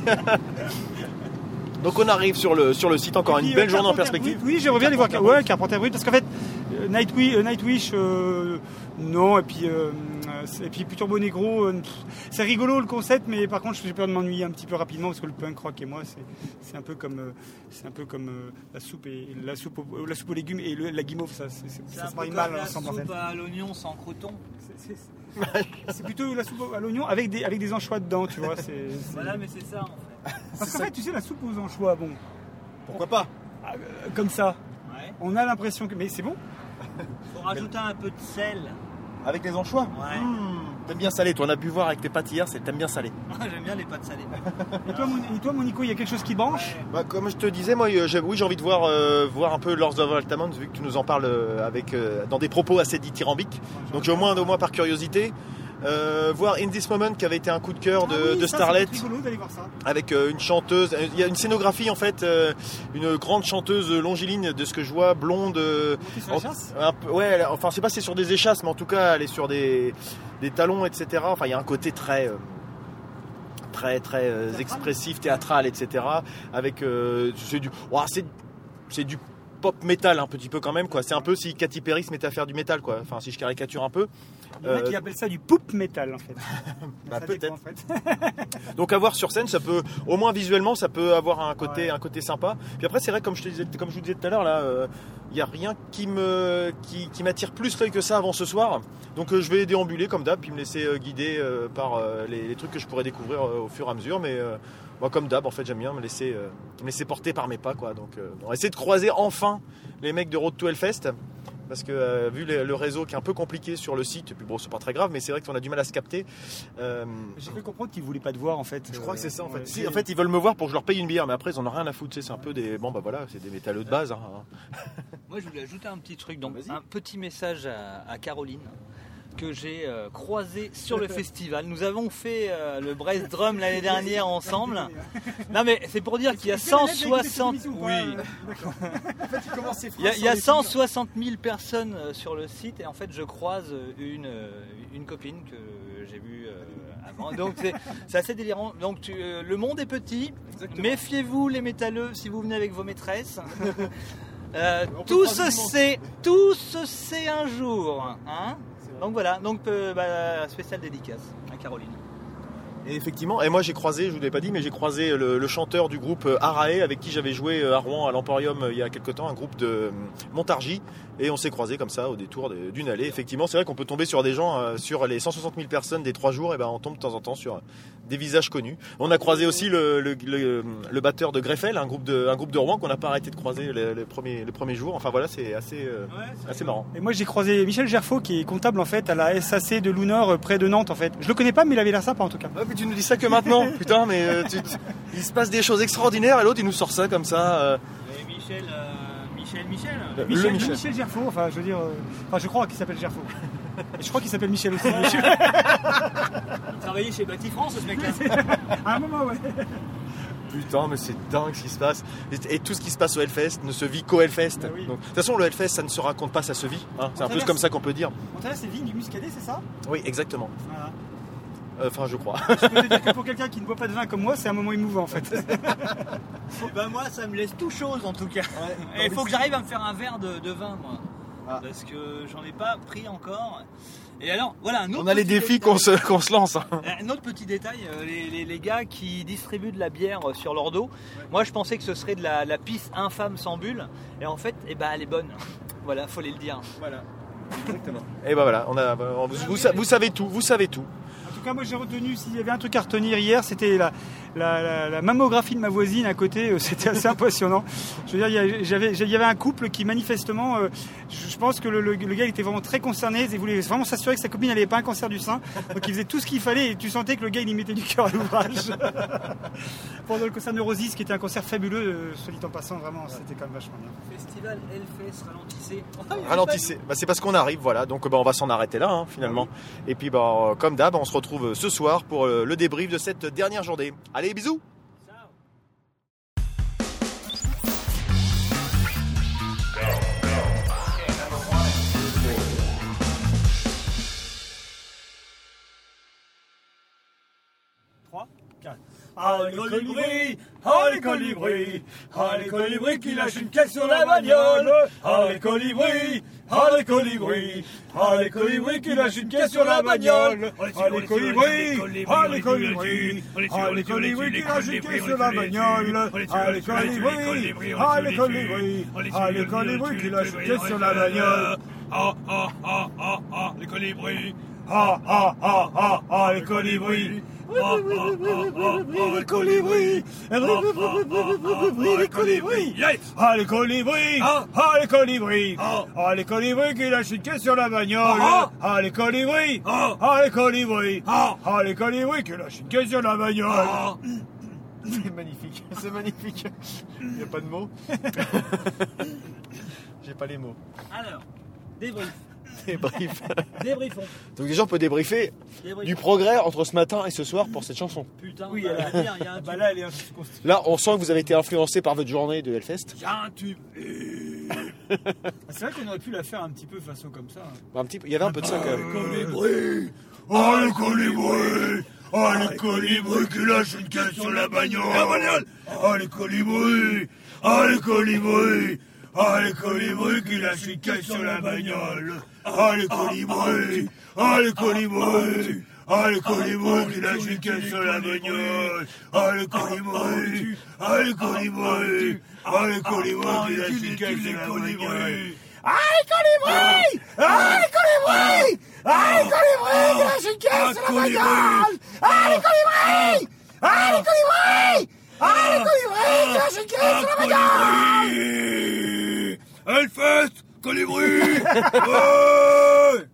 Donc on arrive sur le, sur le site, encore Et puis, une belle euh, journée en Carpenter perspective. Brut, oui, j'aimerais bien aller voir Carpenter ouais, Carpenter Brut, parce qu'en fait, euh, Nightwish, euh, Nightwish euh, non, et puis, euh, et puis Turbo Negro, euh, pff, c'est rigolo le concept, mais par contre, j'ai peur de m'ennuyer un petit peu rapidement, parce que le punk rock et moi, c'est, c'est un peu comme, euh, c'est un peu comme euh, la soupe et la soupe, au, la soupe aux légumes et le- la guimauve, ça, c'est, c'est- C'est ça un se peu marie comme mal la ensemble en fait. soupe à l'oignon sans croûton. C'est, c'est- c'est plutôt la soupe à l'oignon avec des, avec des anchois dedans, tu vois. C'est, c'est- Voilà, mais c'est ça en fait. Parce qu'en fait, tu sais, la soupe aux anchois, bon, Pourquoi pas? euh, comme ça, Ouais. on a l'impression que, mais c'est bon. Faut rajouter un peu de sel. Avec les anchois. Ouais. Mmh. T'aimes bien salé, toi on a pu voir avec tes pâtes hier, c'est t'aimes bien salé. J'aime bien les pâtes salées. Et toi, mon, et toi, mon Nico, il y a quelque chose qui branche? Bah, comme je te disais, moi, euh, j'ai, oui, j'ai envie de voir, euh, voir un peu Lords of Altamont, vu que tu nous en parles euh, avec, euh, dans des propos assez dithyrambiques. Donc au moins, au moins par curiosité. Euh, voir In This Moment, qui avait été un coup de cœur de, Ah oui, de ça, Starlet, c'est rigolo d'aller voir ça. avec euh, une chanteuse. Il y a une scénographie en fait, euh, une grande chanteuse longiligne de ce que je vois, blonde. euh, Montée sur la chasse. un peu- ouais, elle- enfin, je sais pas si c'est sur des échasses, mais en tout cas, elle est sur des, des talons, et cetera. Enfin, il y a un côté très. euh, très très euh, expressif, théâtral, et cetera. Avec euh, c'est du, ouah, c'est, c'est du pop métal un petit peu quand même quoi. C'est un peu si Katy Perry se mettait à faire du métal quoi. Enfin si je caricature un peu. Il y en a Euh, qui appellent ça du poop metal en fait. Bah, Ça peut-être. dépend, en fait. Donc à voir sur scène, ça peut, au moins visuellement, ça peut avoir un côté, Ouais. un côté sympa. Puis après, c'est vrai, comme je te disais, comme je vous disais tout à l'heure, là, il n'y a rien qui me, qui, qui m'attire plus l'œil que ça avant ce soir. Donc euh, je vais déambuler comme d'hab, puis me laisser euh, guider euh, par euh, les, les trucs que je pourrais découvrir euh, au fur et à mesure. Mais euh, moi, comme d'hab, en fait, j'aime bien me laisser, euh, me laisser porter par mes pas, quoi. Donc euh, on va essayer de croiser enfin les mecs de Road to Hellfest. Parce que euh, vu le, le réseau qui est un peu compliqué sur le site, et puis bon, c'est pas très grave, mais c'est vrai qu'on a du mal à se capter. Euh, J'ai cru comprendre qu'ils voulaient pas te voir en fait. je crois que c'est ça en fait. Ouais, Si, c'est- en fait, ils veulent me voir pour que je leur paye une bière, mais après, ils en ont rien à foutre. Tu sais, c'est un peu des. Bon, bah voilà, c'est des métalleux de base. Hein. Moi, je voulais ajouter un petit truc, donc Vas-y. un petit message à, à Caroline que j'ai euh, croisé sur le festival. Nous avons fait euh, le Brest Drum l'année dernière ensemble. Non, mais c'est pour dire qu'il y a cent soixante. Oui. Il y a, il y a cent soixante mille personnes euh, sur le site et en fait je croise euh, une, euh, une copine que j'ai vu euh, avant. Donc c'est, c'est assez délirant. Donc tu, euh, le monde est petit. Exactement. Méfiez-vous les métalleux si vous venez avec vos maîtresses. euh, tout se sait, tout se sait un jour. Hein, donc voilà. Donc euh, bah, spécial dédicace à Caroline. Et effectivement, et moi j'ai croisé, je vous l'ai pas dit, mais j'ai croisé le, le chanteur du groupe Arae avec qui j'avais joué à Rouen à l'Emporium il y a quelques temps, un groupe de Montargis, et on s'est croisé comme ça au détour de- d'une allée. Effectivement, c'est vrai qu'on peut tomber sur des gens, euh, sur les cent soixante mille personnes des trois jours, et ben on tombe de temps en temps sur des visages connus. On a croisé aussi le, le, le, le batteur de Greffel, un groupe de, un groupe de Rouen qu'on n'a pas arrêté de croiser les, les premiers, les premiers jours. Enfin voilà, c'est assez, euh, assez marrant. Et moi j'ai croisé Michel Gerfaux qui est comptable en fait à la S A C de Lounor euh, près de Nantes en fait. Je le connais pas mais il avait l'air sympa en tout cas. Ouais, mais tu nous dis ça que maintenant, putain, mais euh, tu- tu- il se passe des choses extraordinaires et l'autre il nous sort ça comme ça. euh. Et Michel, euh, Michel, Michel. Le Michel, Michel. Michel Gerfaux, enfin je veux dire, euh, enfin je crois qu'il s'appelle Gerfaux. Et je crois qu'il s'appelle Michel aussi. Michel. Il travaillait chez Batifrance ce mec-là. À un moment ouais. Putain, mais c'est dingue ce qui se passe. Et, et tout ce qui se passe au Hellfest ne se vit qu'au Hellfest. Bah oui. Donc, de toute façon, le Hellfest, ça ne se raconte pas, ça se vit. hein. C'est un peu traverse- comme ça qu'on peut dire. Montana c'est vigne du muscadet c'est ça? Oui, exactement. Voilà. Euh, Enfin, je crois. Je peux te dire que pour quelqu'un qui ne boit pas de vin comme moi c'est un moment émouvant en fait. Et ben moi ça me laisse tout chose en tout cas. Et il faut que j'arrive à me faire un verre de, de vin moi. Ah. Parce que j'en ai pas pris encore. Et alors voilà un autre On a les petit défis détail. qu'on se, qu'on se lance. hein. Un autre petit détail, euh, les, les- les gars qui distribuent de la bière euh, sur leur dos, moi je pensais que ce serait de la, la pisse infâme sans bulle, et en fait, eh ben, elle est bonne. Voilà, faut les le dire. Voilà. Et ben voilà, on a, on- vous, vous sa- vous savez tout, vous savez tout. En tout cas, moi j'ai retenu, s'il y avait un truc à retenir hier, c'était la, la, la- la mammographie de ma voisine à côté, euh, c'était assez impressionnant. Je veux dire, il y, a- j'avais- il y avait un couple qui manifestement, euh, je je pense que le, le- le gars il était vraiment très concerné, il voulait vraiment s'assurer que sa copine n'avait pas un cancer du sein, donc il faisait tout ce qu'il fallait et tu sentais que le gars il y mettait du cœur à l'ouvrage. Pendant le cancer neurosis, qui était un cancer fabuleux, euh, soit dit en passant, vraiment, c'était quand même vachement bien. Festival Hellfest, ralentissez. Ralentissez. Bah, c'est parce qu'on arrive, voilà. Donc bah, on va s'en arrêter là, hein, finalement. Et puis, bah, euh, comme d'hab, on se retrouve ce soir pour euh, le débrief de cette dernière journée. Allez, bisous! trois, quatre. Ah les colibris, ah les colibris, ah les colibris qui lâchent une caisse sur la bagnole. Ah les colibris, ah les colibris, ah les colibris qui lâchent une caisse sur la bagnole. Ah les colibris, ah les colibris, ah les colibris qui lâchent une caisse sur la bagnole. Ah les colibris, ah les colibris, ah les colibris qui lâchent une caisse sur la bagnole. Ah ah ah ah ah les colibris, ah ah ah ah ah les colibris. Ah, ah, ah, ah, ah, les colibris! Ah, ah, ah, ah, les colibris! Ah, les colibris! Ah, les colibris! Ah, les colibris qui lâchent une caisse sur la bagnole! Ah, les colibris! Ah, les colibris! Ah, les colibris qui lâchent une caisse sur la bagnole! C'est magnifique, c'est magnifique. Il n'y a pas de mots. J'ai pas les mots. Alors, débrief. Débrief. Débriefons. Donc déjà on peut débriefer Débriefons. du progrès entre ce matin et ce soir pour cette chanson. Putain, Oui, bah, elle a- à dire, il y a un Bah tube. là, elle est un Là on sent que vous avez été influencé par votre journée de Hellfest. Il y a un tube. C'est vrai qu'on aurait pu la faire un petit peu façon comme ça. Un petit peu, il y avait un peu de ça quand même. Colibris! Ah, les colibris! Ah, les colibris qui lâchent une caisse sur la bagnole! Ah, les colibris! Ah, les colibris! Ah, les colibris qui lâchent une caisse sur la bagnole! Ah, les colibris! Ah, les colibris! Ah, les colibris qui lâchent une caisse sur la bagnole! Ah, les colibris! Ah, les colibris! Ah, les colibris qui lâchent une caisse sur la bagnole! Ah, les colibris! Ah, les colibris! Ah, les colibris qui lâchent une caisse sur la bagnole! Ah, les colibris! Ah, les colibris! Ah, les colibris qui lâchent une caisse sur la bagnole! Hellfest! Colibri! Ouais!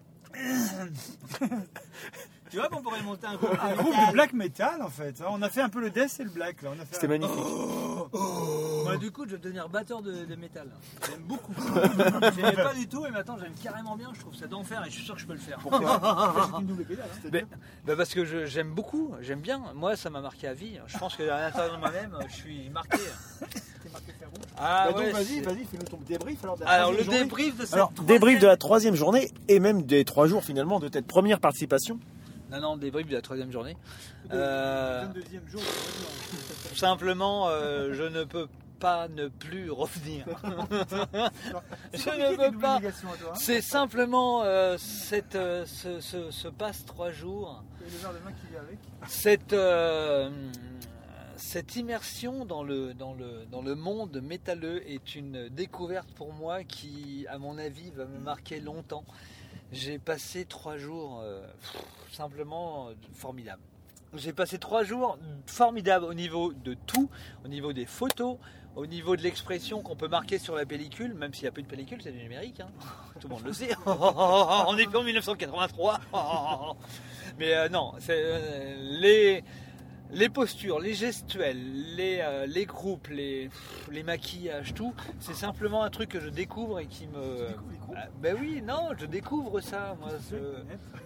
Tu vois qu'on pourrait monter un groupe. Un groupe de black metal en fait. On a fait un peu le death et le black là. On a fait C'était un- magnifique. Moi, du coup, je vais devenir batteur de, de métal. J'aime beaucoup. J'aimais pas du tout, et maintenant j'aime carrément bien. Je trouve ça d'enfer et je suis sûr que je peux le faire. C'est une double pédale. hein. Mais- bah parce que je- j'aime beaucoup, j'aime bien. Moi, ça m'a marqué à vie. Je pense qu'à l'intérieur de moi-même, je suis marqué. Ah Bah donc ouais, vas-y, c'est- vas-y, fais-nous ton débrief alors de la Alors le troisième journée. débrief de cette Alors, troisième- débrief de la troisième journée et même des trois jours finalement de cette première participation. Non, non, débrief de la troisième journée. Le Euh, deuxième jour, de simplement, euh, je ne peux pas ne plus revenir. Je ne peux pas. C'est simplement euh, cette, euh, ce, ce, ce passe trois jours, Et le verre de vin qui vient avec. cette, euh, cette immersion dans le, dans, le, dans le monde métalleux est une découverte pour moi qui, à mon avis, va me marquer longtemps. J'ai passé trois jours euh, pff, simplement euh, formidables. J'ai passé trois jours formidables au niveau de tout, au niveau des photos, au niveau de l'expression qu'on peut marquer sur la pellicule, même s'il n'y a plus de pellicule, c'est du numérique, hein. Tout le monde le sait. On est plus en dix-neuf cent quatre-vingt-trois. Mais euh, non, c'est, euh, les, les postures, les gestuels, les, euh, les groupes, les, pff, les maquillages, tout, c'est simplement un truc que je découvre et qui me... Tu découvres les groupes Ah, ben oui, non, je découvre ça, moi. ce-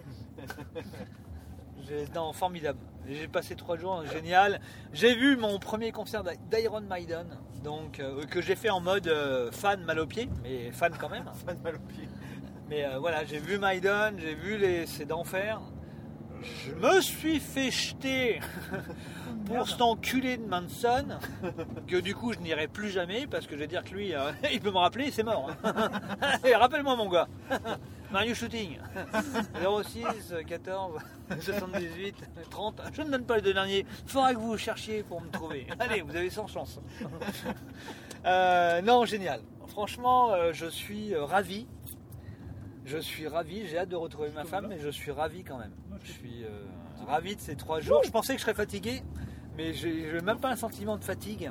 J'ai- Non, formidable. J'ai passé trois jours, génial. J'ai vu mon premier concert d'I- d'Iron Maiden, donc euh, que j'ai fait en mode euh, fan mal au pied, mais fan quand même. Fan mal au pied. Mais euh, voilà, j'ai vu Maiden, j'ai vu les c'est d'enfer. Je me suis fait jeter pour cet enculé de Manson, que du coup je n'irai plus jamais parce que je vais dire que lui, euh, il peut me rappeler, c'est mort. Et rappelle-moi mon gars. Mario Shooting. zéro six quatorze soixante-dix-huit trente. Je ne donne pas les deux derniers. Il faudra que vous cherchiez pour me trouver. Allez, vous avez cent chances. Euh, non, génial. Franchement, euh, je suis euh, ravi. Je suis ravi. J'ai hâte de retrouver ma femme, mais je suis ravi quand même. Je suis euh, ravi de ces trois jours. Je pensais que je serais fatigué, mais j'ai j'ai même pas un sentiment de fatigue.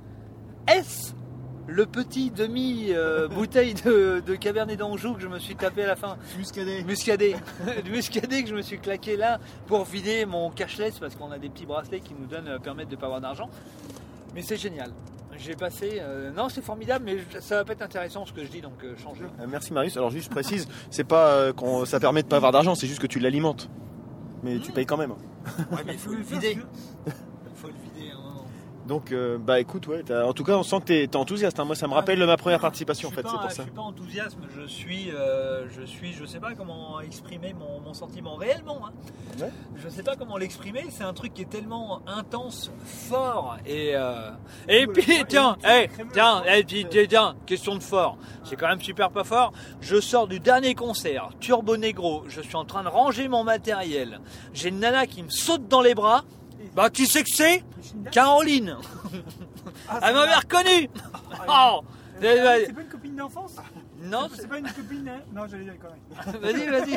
Est-ce le petit demi-bouteille de, de Cabernet d'Anjou que je me suis tapé à la fin? Muscadet. Muscadet. Du muscadet que je me suis claqué là pour vider mon cashless parce qu'on a des petits bracelets qui nous donnent, euh, permettent de ne pas avoir d'argent. Mais c'est génial. J'ai passé. euh, non, c'est formidable, mais je- ça va pas être intéressant ce que je dis, donc euh, changez. Euh, Merci Marius. Alors juste je précise, c'est pas euh, qu'on ça permet de pas avoir d'argent, c'est juste que tu l'alimentes. Mais tu payes quand même. Ouais, mais il faut le vider. Il faut le vider à un moment. Donc euh, bah écoute, ouais, t'as- en tout cas on sent que t'es t'es enthousiaste, hein. Moi ça me rappelle ma première participation en Je fait, suis c'est pas- pour ça. Je suis pas enthousiaste, je suis, euh, je suis, je sais pas comment exprimer mon, mon sentiment réellement. Hein. Ouais. Je sais pas comment l'exprimer. C'est un truc qui est tellement intense, fort et euh, et puis tiens, hey, tiens, hey, puis, tiens, tiens, question de fort. C'est quand même super pas fort. Je sors du dernier concert, Turbo Negro. Je suis en train de ranger mon matériel. J'ai une nana qui me saute dans les bras. Bah qui c'est que c'est? Caroline. Elle m'avait reconnu. Oh. C'est pas une copine d'enfance? Non, C'est pas une copine, hein? Non, j'allais dire une connerie. vas-y, vas-y.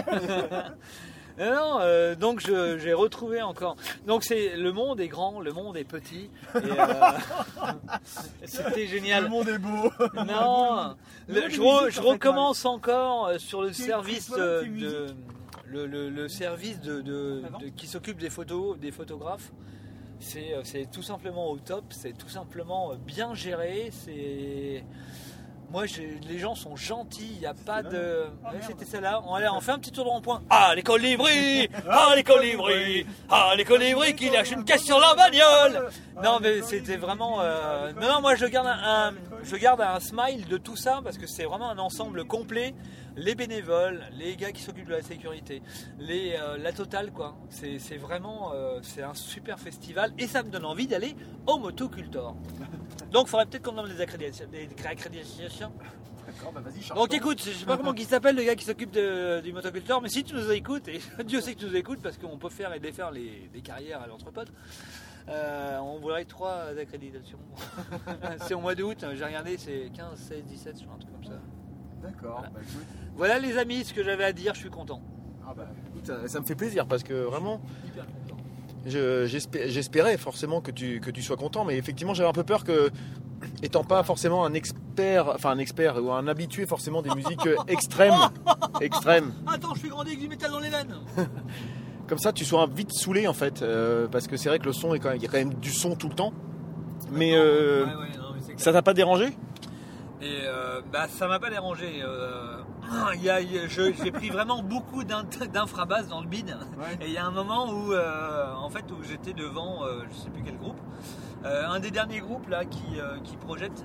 Non, non, euh, donc je- j'ai retrouvé encore. Donc c'est le monde est grand, le monde est petit. Et, euh, c'était génial. Le monde est beau. Non, le- Le je, monde est re- musique, je en fait, recommence encore euh, sur le Qui est- service qui est euh, toi, qui est de le, le- le service de, de- Avant. de- qui s'occupe des photos, des photographes. C'est euh, c'est tout simplement au top, c'est tout simplement euh, bien géré. C'est moi, j'ai- les gens sont gentils, il n'y a pas de. Ouais, c'était celle-là. On, allez, on fait un petit tour de rond-point. Ah, les colibris Ah, les colibris Ah, les colibris qui lâchent une caisse sur leur bagnole. Non, mais c'était vraiment. euh, Non, non, moi je garde un, un- je garde un smile de tout ça parce que c'est vraiment un ensemble complet. Les bénévoles, les gars qui s'occupent de la sécurité, les, euh, la totale, quoi. C'est c'est vraiment. euh, c'est un super festival et ça me donne envie d'aller au Motocultor. Donc, il faudrait peut-être qu'on donne des accréditations. Des accréditations. D'accord, bah vas-y, Donc écoute, je sais pas comment il s'appelle le gars qui s'occupe de- du motoculteur, mais si tu nous écoutes, et Dieu sait que tu nous écoutes parce qu'on peut faire et défaire les, des carrières à l'entrepôt, euh, on voudrait trois accréditations. C'est au mois d'août, j'ai regardé, c'est quinze, seize, dix-sept, je crois, un truc comme ça. D'accord, Voilà. bah écoute. Voilà les amis, ce que j'avais à dire, je suis content. Ah bah, Écoute, ça, ça me fait plaisir parce que vraiment Hyper content. je- j'espé- j'espérais forcément que tu, que tu sois content, mais effectivement j'avais un peu peur que, étant pas forcément un expert, enfin un expert ou un habitué forcément des musiques euh, extrêmes, extrêmes, Attends, je suis grandi avec du métal dans les veines. comme ça tu sois vite saoulé en fait, euh, parce que c'est vrai que le son est quand même, il y a quand même du son tout le temps, mais euh, Ouais, ouais, non, mais c'est clair. ça t'a pas dérangé? Et euh, bah, ça m'a pas dérangé. Euh, il y a- il y a- je- j'ai pris vraiment beaucoup d'in- d'infrabasses dans le bide. ouais. Et il y a un moment où, euh, en fait, où j'étais devant, euh, je sais plus quel groupe, euh, un des derniers groupes là qui, euh, qui projette.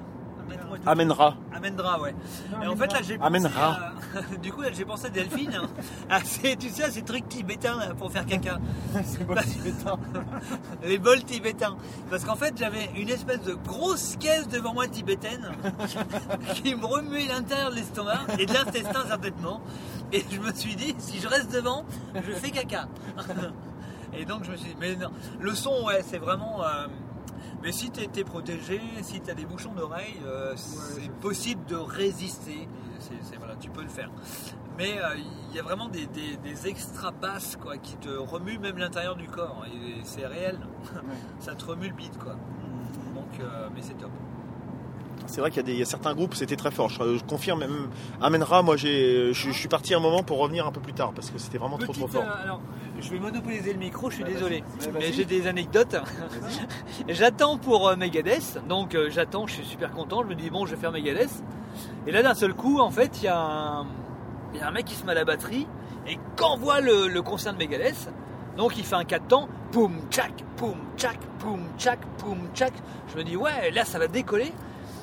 Amène-moi tout Amenra. Amendra, ouais. Et en fait, là, j'ai pensé Amenra. à... Du coup, là, j'ai pensé à Delphine, hein, à ces, tu sais, à ces trucs tibétains là, pour faire caca. C'est bon tibétain. Les bols tibétains. Parce qu'en fait, j'avais une espèce de grosse caisse devant moi tibétaine qui me remuait l'intérieur de l'estomac et de l'intestin certainement. Et je me suis dit, si je reste devant, je fais caca. Et donc, je me suis dit, mais non, le son, ouais, c'est vraiment... Euh... Mais si tu es protégé, si tu as des bouchons d'oreille, euh, c'est possible de résister. C'est, c'est, voilà, tu peux le faire. Mais il euh, y a vraiment des, des, des extra basses quoi, qui te remuent même l'intérieur du corps. Et c'est réel. Ouais. Ça te remue le bide. Quoi. Donc, euh, mais c'est top. C'est vrai qu'il y a, des, il y a certains groupes, c'était très fort. Je, je confirme, même Amenra, moi j'ai, je, je suis parti un moment pour revenir un peu plus tard parce que c'était vraiment Petite, trop trop fort. Euh, alors, je vais monopoliser le micro, je suis bah, désolé. Vas-y. Mais j'ai des anecdotes. J'attends pour euh, Megadeth, donc euh, j'attends, je suis super content. Je me dis, bon, je vais faire Megadeth. Et là, d'un seul coup, en fait, il y, y a un mec qui se met à la batterie et quand on voit le, le concert de Megadeth, donc il fait un quatre temps, poum, tchac, poum, tchac, poum, tchac, poum, tchac. Je me dis, ouais, là, ça va décoller.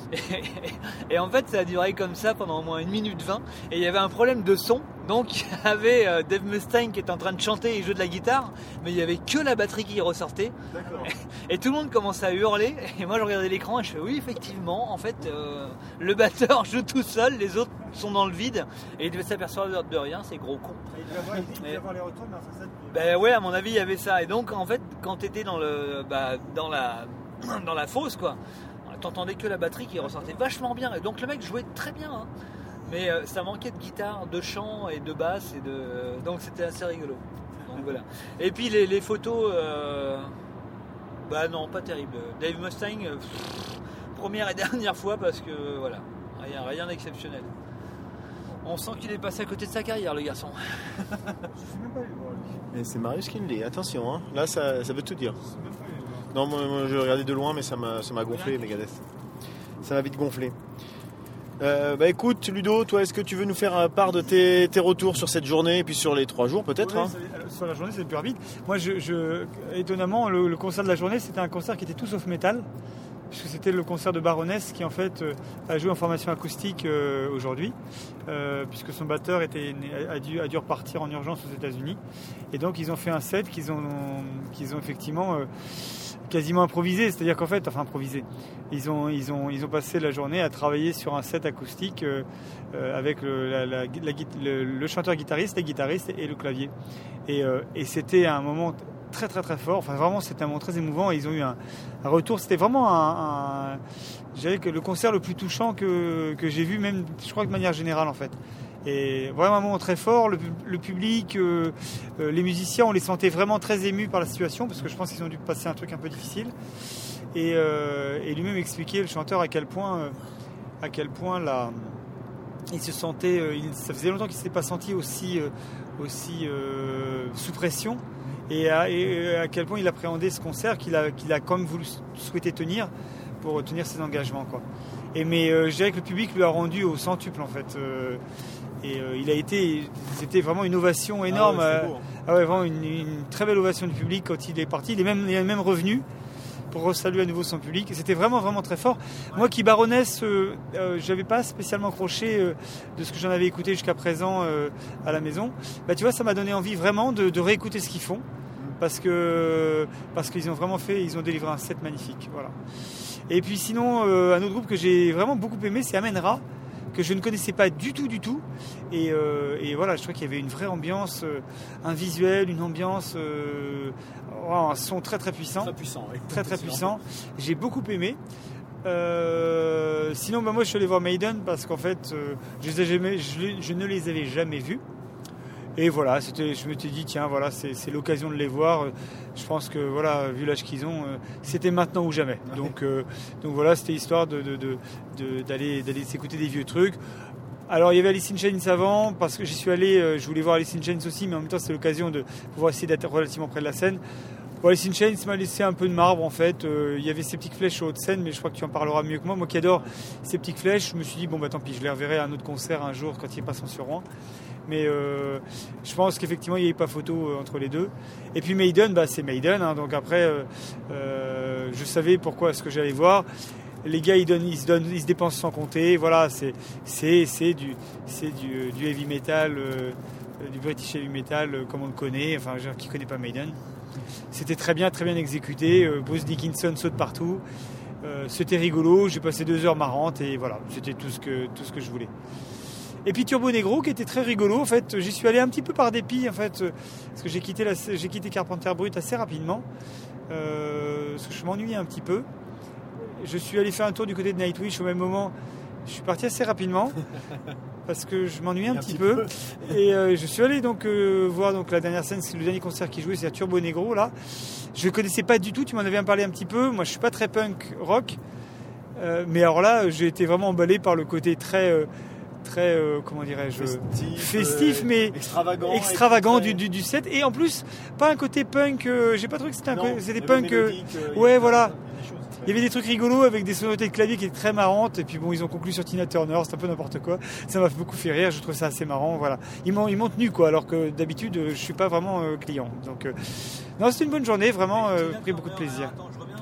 Et, et en fait ça a duré comme ça pendant au moins une minute vingt et il y avait un problème de son, donc il y avait euh, Dave Mustaine qui était en train de chanter et jouer de la guitare, mais il n'y avait que la batterie qui ressortait. D'accord. Et, et tout le monde commençait à hurler et moi je regardais l'écran et je fais oui effectivement en fait euh, le batteur joue tout seul, les autres sont dans le vide et il devait s'apercevoir de rien, c'est gros con. Il devait avoir, il devait avoir les retours, mais enfin ça. Ben ouais, à mon avis il y avait ça. Et donc en fait quand tu étais dans, le, bah, dans, la, dans la fosse quoi, t'entendais que la batterie qui ressortait vachement bien et donc le mec jouait très bien hein. Mais euh, ça manquait de guitare, de chant et de basse et de euh, donc c'était assez rigolo. Donc voilà. Et puis les, les photos euh... bah non pas terrible. Dave Mustaine euh, pff, première et dernière fois parce que voilà rien rien d'exceptionnel. On sent qu'il est passé à côté de sa carrière le garçon. Je sais même pas le voir. Et c'est Marius Kinley, attention, hein. Là ça, ça veut tout dire. Non, moi, moi je regardais de loin, mais ça m'a, ça m'a gonflé, Megadeth. Ça m'a vite gonflé. Euh, bah écoute, Ludo, toi, est-ce que tu veux nous faire part de tes, tes retours sur cette journée et puis sur les trois jours peut-être Oui, hein ça, sur la journée, c'est le plus rapide. Moi, je, je, étonnamment, le, le concert de la journée, c'était un concert qui était tout sauf métal, puisque c'était le concert de Baroness qui en fait euh, a joué en formation acoustique euh, aujourd'hui, euh, puisque son batteur était, a, dû, a dû repartir en urgence aux États-Unis. Et donc ils ont fait un set qu'ils ont, qu'ils ont effectivement euh, quasiment improvisé, c'est-à-dire qu'en fait, enfin improvisé, ils ont, ils ont, ils ont passé la journée à travailler sur un set acoustique euh, euh, avec le, la, la, la, le, le chanteur-guitariste, les guitaristes et le clavier. Et, euh, et c'était un moment très très très fort, enfin vraiment c'était un moment très émouvant et ils ont eu un, un retour, c'était vraiment un, un je dirais que le concert le plus touchant que, que j'ai vu, même je crois que de manière générale en fait. Et vraiment un moment très fort, le, le public, euh, euh, les musiciens, on les sentait vraiment très émus par la situation parce que je pense qu'ils ont dû passer un truc un peu difficile. Et, euh, et lui-même expliquait, le chanteur, à quel point, euh, à quel point la, il se sentait, euh, il, ça faisait longtemps qu'il ne s'était pas senti aussi, euh, aussi euh, sous pression. Et à, et à quel point il appréhendait ce concert qu'il a, qu'il a quand même voulu souhaiter tenir pour tenir ses engagements, quoi. Et mais euh, je dirais que le public lui a rendu au centuple en fait. Euh, et euh, il a été, c'était vraiment une ovation énorme. Ah ouais, c'est beau, hein. Ah ouais, vraiment une, une très belle ovation du public quand il est parti. Il est même, il est même revenu pour saluer à nouveau son public. C'était vraiment vraiment très fort. Moi qui Baroness, euh, euh, j'avais pas spécialement accroché euh, de ce que j'en avais écouté jusqu'à présent euh, à la maison. Bah tu vois, ça m'a donné envie vraiment de, de réécouter ce qu'ils font. Parce que parce qu'ils ont vraiment fait, ils ont délivré un set magnifique, voilà. Et puis sinon, euh, un autre groupe que j'ai vraiment beaucoup aimé, c'est Amenra, que je ne connaissais pas du tout, du tout. Et, euh, et voilà, je trouvais qu'il y avait une vraie ambiance, euh, un visuel, une ambiance, euh, un son très très puissant, Très puissant, oui. très très puissant. J'ai beaucoup aimé. Euh, sinon, bah, moi, je suis allé voir Maiden parce qu'en fait, euh, je, les ai jamais, je, je ne les avais jamais vus. Et voilà, c'était, je me suis dit, tiens, voilà, c'est, c'est l'occasion de les voir. Je pense que, voilà, vu l'âge qu'ils ont, euh, c'était maintenant ou jamais. Donc, euh, donc voilà, c'était histoire de, de, de, de, d'aller, d'aller s'écouter des vieux trucs. Alors, il y avait Alice in Chains avant, parce que j'y suis allé, euh, je voulais voir Alice in Chains aussi, mais en même temps, c'est l'occasion de pouvoir essayer d'être relativement près de la scène. Bon, Alice in Chains m'a laissé un peu de marbre, en fait. Euh, il y avait Septic Flesh au haut de scène, mais je crois que tu en parleras mieux que moi. Moi qui adore Septic Flesh, je me suis dit, bon, bah tant pis, je les reverrai à un autre concert un jour quand ils passent sur Rouen. Mais euh, je pense qu'effectivement il n'y avait pas photo euh, entre les deux. Et puis Maiden, bah, c'est Maiden, hein, donc après euh, euh, je savais pourquoi est-ce que j'allais voir. les gars ils, donnent, ils, se donnent, ils se dépensent sans compter. Voilà, c'est, c'est, c'est, du, c'est du, du heavy metal, euh, du British heavy metal euh, comme on le connaît, enfin genre, qui ne connaît pas Maiden. C'était très bien, très bien exécuté. Euh, Bruce Dickinson saute partout. Euh, c'était rigolo, j'ai passé deux heures marrantes et voilà, c'était tout ce que, tout ce que je voulais. Et puis Turbo Negro qui était très rigolo, en fait, j'y suis allé un petit peu par dépit, en fait, parce que j'ai quitté, la, j'ai quitté Carpenter Brut assez rapidement, euh, parce que je m'ennuyais un petit peu. Je suis allé faire un tour du côté de Nightwish au même moment, je suis parti assez rapidement, parce que je m'ennuyais un, un petit, petit peu. peu. Et euh, je suis allé donc euh, voir donc, la dernière scène, c'est le dernier concert qui jouait, c'est à Turbo Negro, là. Je ne connaissais pas du tout, tu m'en avais parlé un petit peu, moi je suis pas très punk rock, euh, mais alors là, j'ai été vraiment emballé par le côté très... Euh, très euh, comment dirais-je festif, festif euh, mais extravagant, extravagant très... du, du, du set et en plus pas un côté punk euh, j'ai pas trouvé que c'était un non, côté, c'était punk euh, euh, ouais voilà choses, il y avait des trucs rigolos avec des sonorités de clavier qui étaient très marrantes et puis bon ils ont conclu sur Tina Turner, c'est un peu n'importe quoi, ça m'a beaucoup fait rire, je trouve ça assez marrant, voilà ils m'ont, ils m'ont tenu quoi alors que d'habitude je suis pas vraiment euh, client donc euh, non c'était une bonne journée vraiment euh, pris beaucoup de plaisir.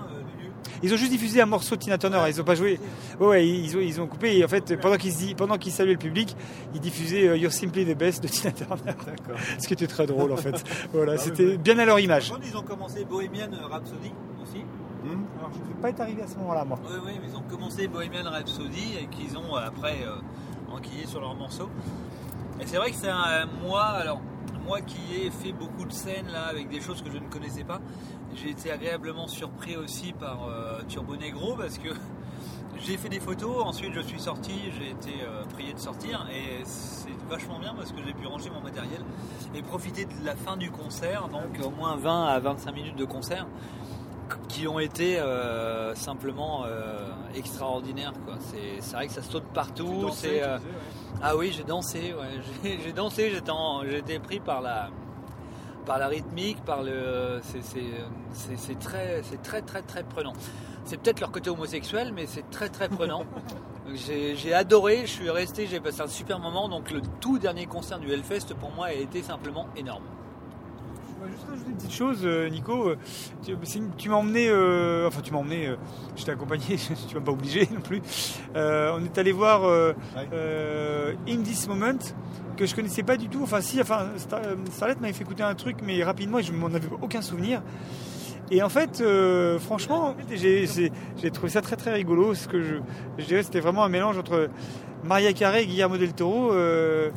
Ils ont juste diffusé un morceau de Tina Turner, ils ont pas joué. Ouais, ouais ils, ont, ils ont coupé. Et en fait, pendant qu'ils, pendant qu'ils saluaient le public, ils diffusaient You're Simply the Best de Tina Turner. D'accord. Ce qui était très drôle en fait. Voilà, ah, c'était oui, bien à leur image. Ils ont commencé Bohemian Rhapsody aussi. Hum. Alors, je ne vais pas être arrivé à ce moment-là, moi. Oui, oui, mais ils ont commencé Bohemian Rhapsody et qu'ils ont après euh, enquillé sur leur morceau. Et c'est vrai que c'est un moi, alors moi qui ai fait beaucoup de scènes là avec des choses que je ne connaissais pas. J'ai été agréablement surpris aussi par euh, Turbo Negro parce que j'ai fait des photos, ensuite je suis sorti, j'ai été euh, prié de sortir et c'est vachement bien parce que j'ai pu ranger mon matériel et profiter de la fin du concert, donc au moins vingt à vingt-cinq minutes de concert qui ont été euh, simplement euh, extraordinaires quoi. C'est, c'est vrai que ça saute partout. Dansé, c'est, euh... disais, ouais. Ah oui, j'ai dansé, ouais. j'ai, j'ai dansé, j'étais, en... j'ai été pris par la... par la rythmique, par le, c'est, c'est, c'est, c'est très, c'est très, très, très prenant. C'est peut-être leur côté homosexuel, mais c'est très, très prenant. j'ai, j'ai adoré, je suis resté, j'ai passé un super moment. Donc le tout dernier concert du Hellfest pour moi a été simplement énorme. Je vais juste rajouter une petite chose, Nico. Tu, tu m'as emmené, euh, enfin tu m'as emmené, euh, je t'ai accompagné, tu m'as pas obligé non plus. Euh, on est allé voir euh, ouais. euh, In This Moment. Que je connaissais pas du tout, enfin si, enfin Starlet m'avait fait écouter un truc mais rapidement et je m'en avais aucun souvenir et en fait euh, franchement j'ai, j'ai, j'ai trouvé ça très très rigolo, ce que je, je dirais c'était vraiment un mélange entre Mariah Carey et Guillermo del Toro euh,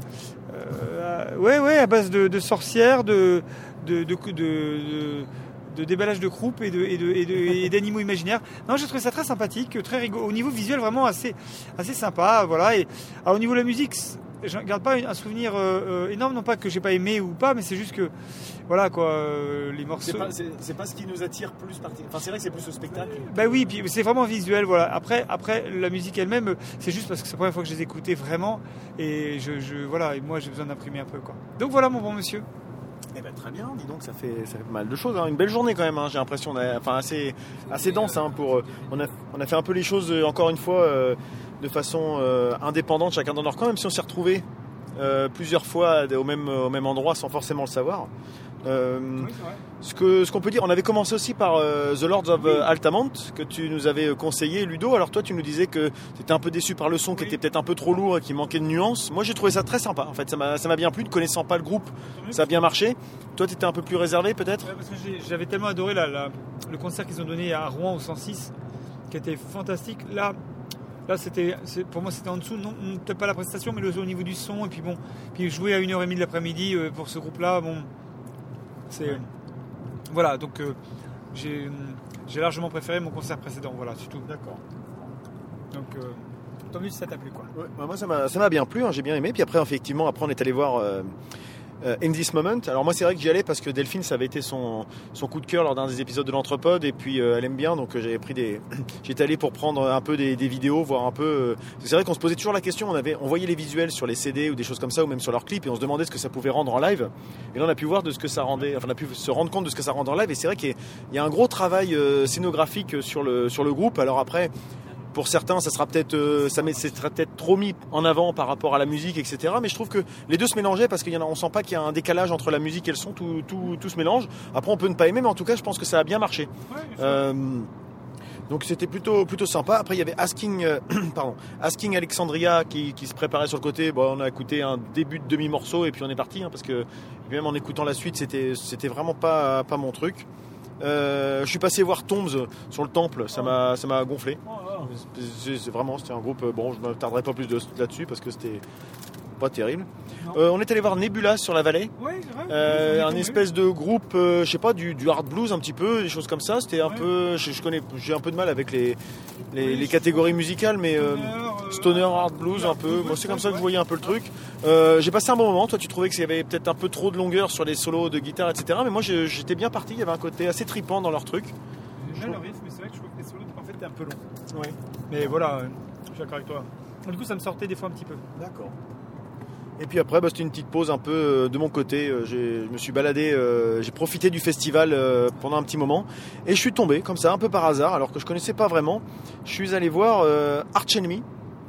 euh, ouais ouais à base de, de sorcières de de, de, de, de de déballage de croupes et, de, et, de, et, de, et d'animaux imaginaires. Non, j'ai trouvé ça très sympathique, très rigolo, au niveau visuel vraiment assez, assez sympa, voilà. Et alors, au niveau de la musique, je ne garde pas un souvenir euh, énorme, non pas que j'ai pas aimé ou pas, mais c'est juste que, voilà quoi, euh, les morceaux. C'est pas, c'est, c'est pas ce qui nous attire plus parti. Enfin, c'est vrai que c'est plus le spectacle. Bah oui, puis c'est vraiment visuel, voilà. Après, après la musique elle-même, c'est juste parce que c'est la première fois que je les écoutais vraiment, et je, je, voilà, et moi j'ai besoin d'imprimer un peu quoi. Donc voilà mon bon monsieur. Eh ben, très bien, dis donc, ça fait, ça fait pas mal de choses, hein. Une belle journée quand même, hein. J'ai l'impression, a, enfin assez, assez dense, hein, pour, on a, on a fait un peu les choses encore une fois euh, de façon euh, indépendante, chacun dans leur coin, même si on s'est retrouvés euh, plusieurs fois au même, au même endroit sans forcément le savoir. Euh, oui, ce, que, ce qu'on peut dire, on avait commencé aussi par euh, The Lords of oui. Altamont que tu nous avais conseillé, Ludo. Alors toi tu nous disais que tu étais un peu déçu par le son, oui. qui était peut-être un peu trop lourd et qui manquait de nuances. Moi j'ai trouvé ça très sympa, en fait ça m'a, ça m'a bien plu, ne connaissant pas le groupe, ça a bien marché. Toi tu étais un peu plus réservé peut-être? Ouais, parce que j'ai, j'avais tellement adoré la, la, le concert qu'ils ont donné à Rouen au cent six qui était fantastique. Là Là, c'était, c'est, pour moi, c'était en dessous, non, peut-être pas la prestation, mais le, au niveau du son. Et puis bon, puis jouer à une heure trente de l'après-midi euh, pour ce groupe-là, bon, c'est. Ouais. Voilà, donc euh, j'ai, j'ai largement préféré mon concert précédent, voilà, c'est tout. D'accord. Donc, euh, tant mieux si ça t'a plu, quoi. Ouais, bah moi, ça m'a, ça m'a bien plu, hein, j'ai bien aimé. Puis après, effectivement, après, on est allé voir. Euh... Euh, In This Moment. Alors moi c'est vrai que j'y allais parce que Delphine ça avait été son, son coup de cœur lors d'un des épisodes de l'Entrepode et puis euh, elle aime bien donc euh, j'avais pris des j'étais allé pour prendre un peu des, des vidéos, voir un peu euh... c'est vrai qu'on se posait toujours la question, on avait on voyait les visuels sur les C D ou des choses comme ça ou même sur leurs clips et on se demandait ce que ça pouvait rendre en live et là on a pu voir de ce que ça rendait, enfin on a pu se rendre compte de ce que ça rend en live et c'est vrai qu'il y a un gros travail euh, scénographique sur le, sur le groupe. Alors après pour certains, ça sera peut-être, euh, ça met, c'est peut-être trop mis en avant par rapport à la musique, et cetera. Mais je trouve que les deux se mélangeaient parce qu'il y en a, on sent pas qu'il y a un décalage entre la musique et le son, tout, tout, tout se mélange. Après, on peut ne pas aimer, mais en tout cas, je pense que ça a bien marché. Ouais, euh, Donc c'était plutôt, plutôt sympa. Après il y avait Asking, euh, pardon, Asking Alexandria qui, qui se préparait sur le côté. Bon, on a écouté un début de demi-morceau et puis on est parti, hein, parce que même en écoutant la suite, c'était, c'était vraiment pas, pas mon truc. Euh, je suis passé voir Tombs sur le temple, ça m'a, ça m'a gonflé. C'est, c'est vraiment, c'était un groupe, bon, je ne m'attarderai pas plus de, là-dessus parce que c'était pas terrible. Euh, on est allé voir Nebula sur la vallée, Ouais, c'est vrai. euh, On est un tombé. espèce de groupe, euh, je sais pas, du, du hard blues un petit peu, des choses comme ça. C'était un Ouais. peu, je, je connais, j'ai un peu de mal avec les, les, Oui, les je- catégories musicales, mais euh, Stoner, euh, stoner, hard blues un peu. blues, Moi, c'est comme ouais, ça que je ouais. voyais un peu le truc. Euh, j'ai passé un bon moment. Toi, tu trouvais qu'il y avait peut-être un peu trop de longueur sur les solos de guitare, et cetera. Mais moi, je- j'étais bien parti. Il y avait un côté assez tripant dans leur truc. J'aime bien le riff, mais c'est vrai que je trouve que les solos en fait étaient un peu longs. Ouais. Mais voilà, euh, je suis d'accord avec toi. Du coup, ça me sortait des fois un petit peu. D'accord. Et puis après, bah, c'était une petite pause un peu euh, de mon côté. Euh, j'ai, je me suis baladé, euh, j'ai profité du festival euh, pendant un petit moment. Et je suis tombé comme ça, un peu par hasard, alors que je connaissais pas vraiment. Je suis allé voir euh, Arch Enemy.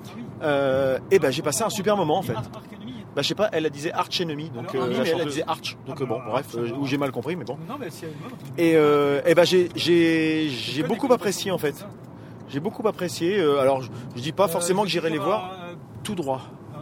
Euh, et ben j'ai passé un super moment en fait. Arc Enemy. Bah je sais pas, elle a disait Arch Enemy, donc Alors, euh, Arch, mais elle a chanteuse. disait Arch. Donc Ah, euh, bon, bah, bref, ça euh, va. ou j'ai mal compris, mais bon. Non, mais si elle est bonne. Et, euh, et ben j'ai, j'ai, Je j'ai connais beaucoup que- apprécié en fait. c'est ça. J'ai beaucoup apprécié. Euh, alors je, je dis pas forcément Euh, que j'irai les tu voir feras, euh, tout droit. Hein.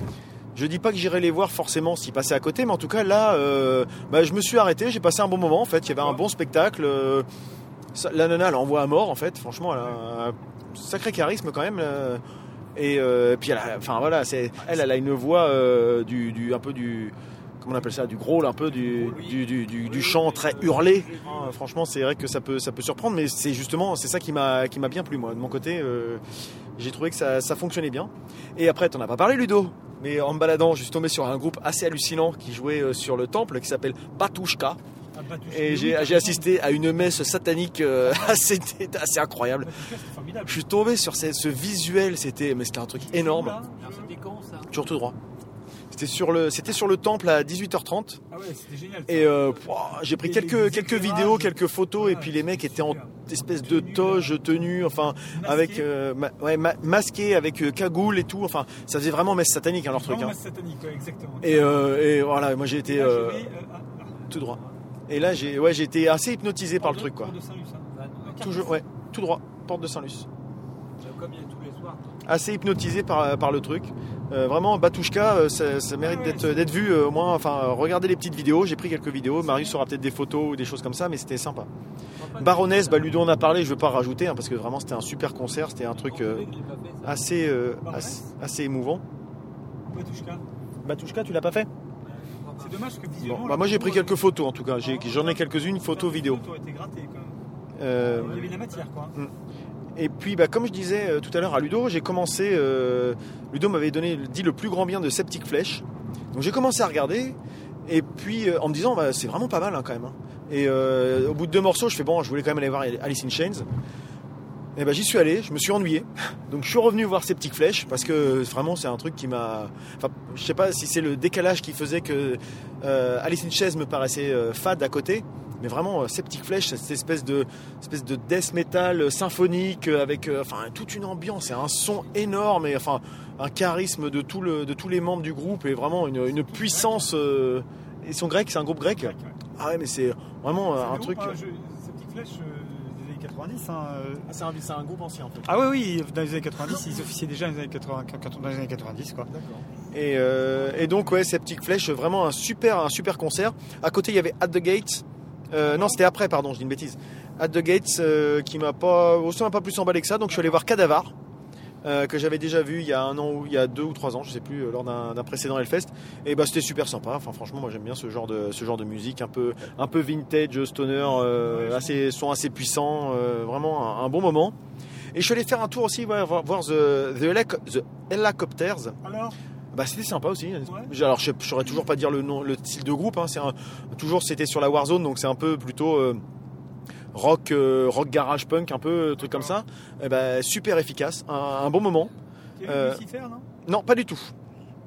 Je dis pas que j'irai les voir forcément s'ils passaient à côté, mais en tout cas là, euh, bah, je me suis arrêté, j'ai passé un bon moment en fait. Il y avait un bon spectacle. euh, ça- la nana, elle envoie à mort en fait. Franchement, elle a un sacré charisme quand même. euh, et euh, puis elle, a- enfin voilà, c'est, elle, elle a une voix euh, du, du, un peu du, comment on appelle ça, du growl, un peu du, du, du, du, du chant très hurlé. Hein, franchement, c'est vrai que ça peut, ça peut surprendre, mais c'est justement, c'est ça qui m'a, qui m'a bien plu moi. De mon côté, euh, j'ai trouvé que ça, ça fonctionnait bien. Et après, t'en as pas parlé, Ludo. Mais en me baladant, je suis tombé sur un groupe assez hallucinant qui jouait euh, sur le temple, qui s'appelle Batushka. Ah, Batushka. Et Oui, j'ai, t'as j'ai raison. assisté à une messe satanique euh, assez, assez incroyable. Batushka, c'est formidable. Je suis tombé sur ce, ce visuel, c'était, mais c'était un truc énorme. Là, Alors c'était quand ça? Toujours tout droit. C'était sur le, c'était sur le temple à dix-huit heures trente. Ah ouais, c'était génial. ça. Et euh, pouah, j'ai pris Et quelques, les quelques éclairages. vidéos, quelques photos, et Ah, puis les mecs étaient en super. espèce de Tenue, toge, là. tenue, enfin, Masqué. avec, euh, ma- ouais, ma- masqué, avec euh, cagoule et tout. Enfin, ça faisait vraiment messe satanique, hein, leur truc. Vraiment Hein. masse satanique, ouais, exactement. Et, euh, et voilà, moi j'ai été Et là, euh, je vais, euh, ah, ah. tout droit. Et là, j'ai, ouais, j'ai été assez hypnotisé par le Porte truc, de- quoi. Porte de Saint-Luc, hein. Toujours, ouais, tout droit, porte de Saint-Luc. Comme il y a tous les soirs. Assez hypnotisé par, par le truc. Euh, vraiment, Batushka, euh, ça, ça mérite Ah ouais, d'être, c'est- d'être vu euh, au moins. Enfin, euh, regardez les petites vidéos. J'ai pris quelques vidéos. Marius aura peut-être des photos ou des choses comme ça, mais c'était sympa. Baroness, bah, Ludo en a parlé. Je veux pas rajouter hein, parce que vraiment c'était un super concert. C'était un truc euh, assez, euh, assez, assez émouvant. Batushka. Batushka, tu l'as pas fait? C'est dommage que Bon, visuellement. bah, moi j'ai pris quelques photos. photos en tout cas. J'ai, j'en ai quelques-unes, photos, vidéos. Les photos étaient grattées, quand même. Euh, Il y avait de la matière, quoi. Et puis, bah, comme je disais euh, tout à l'heure à Ludo, j'ai commencé. euh, Ludo m'avait donné, dit le plus grand bien de Septic Flesh. Donc j'ai commencé à regarder. Et puis, euh, en me disant, bah, c'est vraiment pas mal hein, quand même. hein. Et euh, au bout de deux morceaux, je fais bon, je voulais quand même aller voir Alice in Chains. Et ben j'y suis allé, je me suis ennuyé. Donc je suis revenu voir Septic Flesh parce que vraiment c'est un truc qui m'a. Enfin, je sais pas si c'est le décalage qui faisait que euh, Alice in Chains me paraissait euh, fade à côté. Mais vraiment, euh, Septic Flesh, c'est cette espèce de, espèce de death metal euh, symphonique euh, avec euh, enfin, toute une ambiance et un son énorme et enfin, un charisme de, tout le, de tous les membres du groupe et vraiment une, une puissance. Euh, ils sont grecs, c'est un groupe grec. Grec, ouais. Ah ouais, mais c'est vraiment euh, C'est un le truc. groupe, hein, je- Septic Flesh euh, des années quatre-vingt-dix. Hein, euh. Ah, c'est, un, c'est un groupe ancien en fait. Ah oui, oui, dans les années quatre-vingt-dix, ils officiaient déjà dans les années quatre-vingts, quand- dans les années quatre-vingt-dix, quoi. Et, euh, et donc ouais, Septic Flesh, vraiment un super, un super concert. À côté, il y avait At the Gates. Euh, non, c'était après, pardon, je dis une bêtise. At the Gates, euh, qui m'a pas, aussi m'a pas plus emballé que ça. Donc je suis allé voir Cadavar, euh, que j'avais déjà vu il y a un an ou il y a deux ou trois ans, je sais plus, euh, lors d'un, d'un précédent Hellfest. Et bah c'était super sympa. Enfin franchement, moi j'aime bien ce genre de, ce genre de musique, un peu, un peu vintage, stoner, euh, assez, son assez puissant, euh, vraiment un, un bon moment. Et je suis allé faire un tour aussi, ouais, voir, voir the, the, Helico- the Helicopters. Alors, Bah c'était sympa aussi. Ouais. Alors je ne saurais toujours pas dire le nom, le style de groupe. Hein. C'est un, toujours c'était sur la Warzone, donc c'est un peu plutôt euh, rock, euh, rock garage punk, un peu truc comme ça. Et bah, super efficace, un, un bon moment. il y avait Euh, Lucifer, non? Non, pas du tout.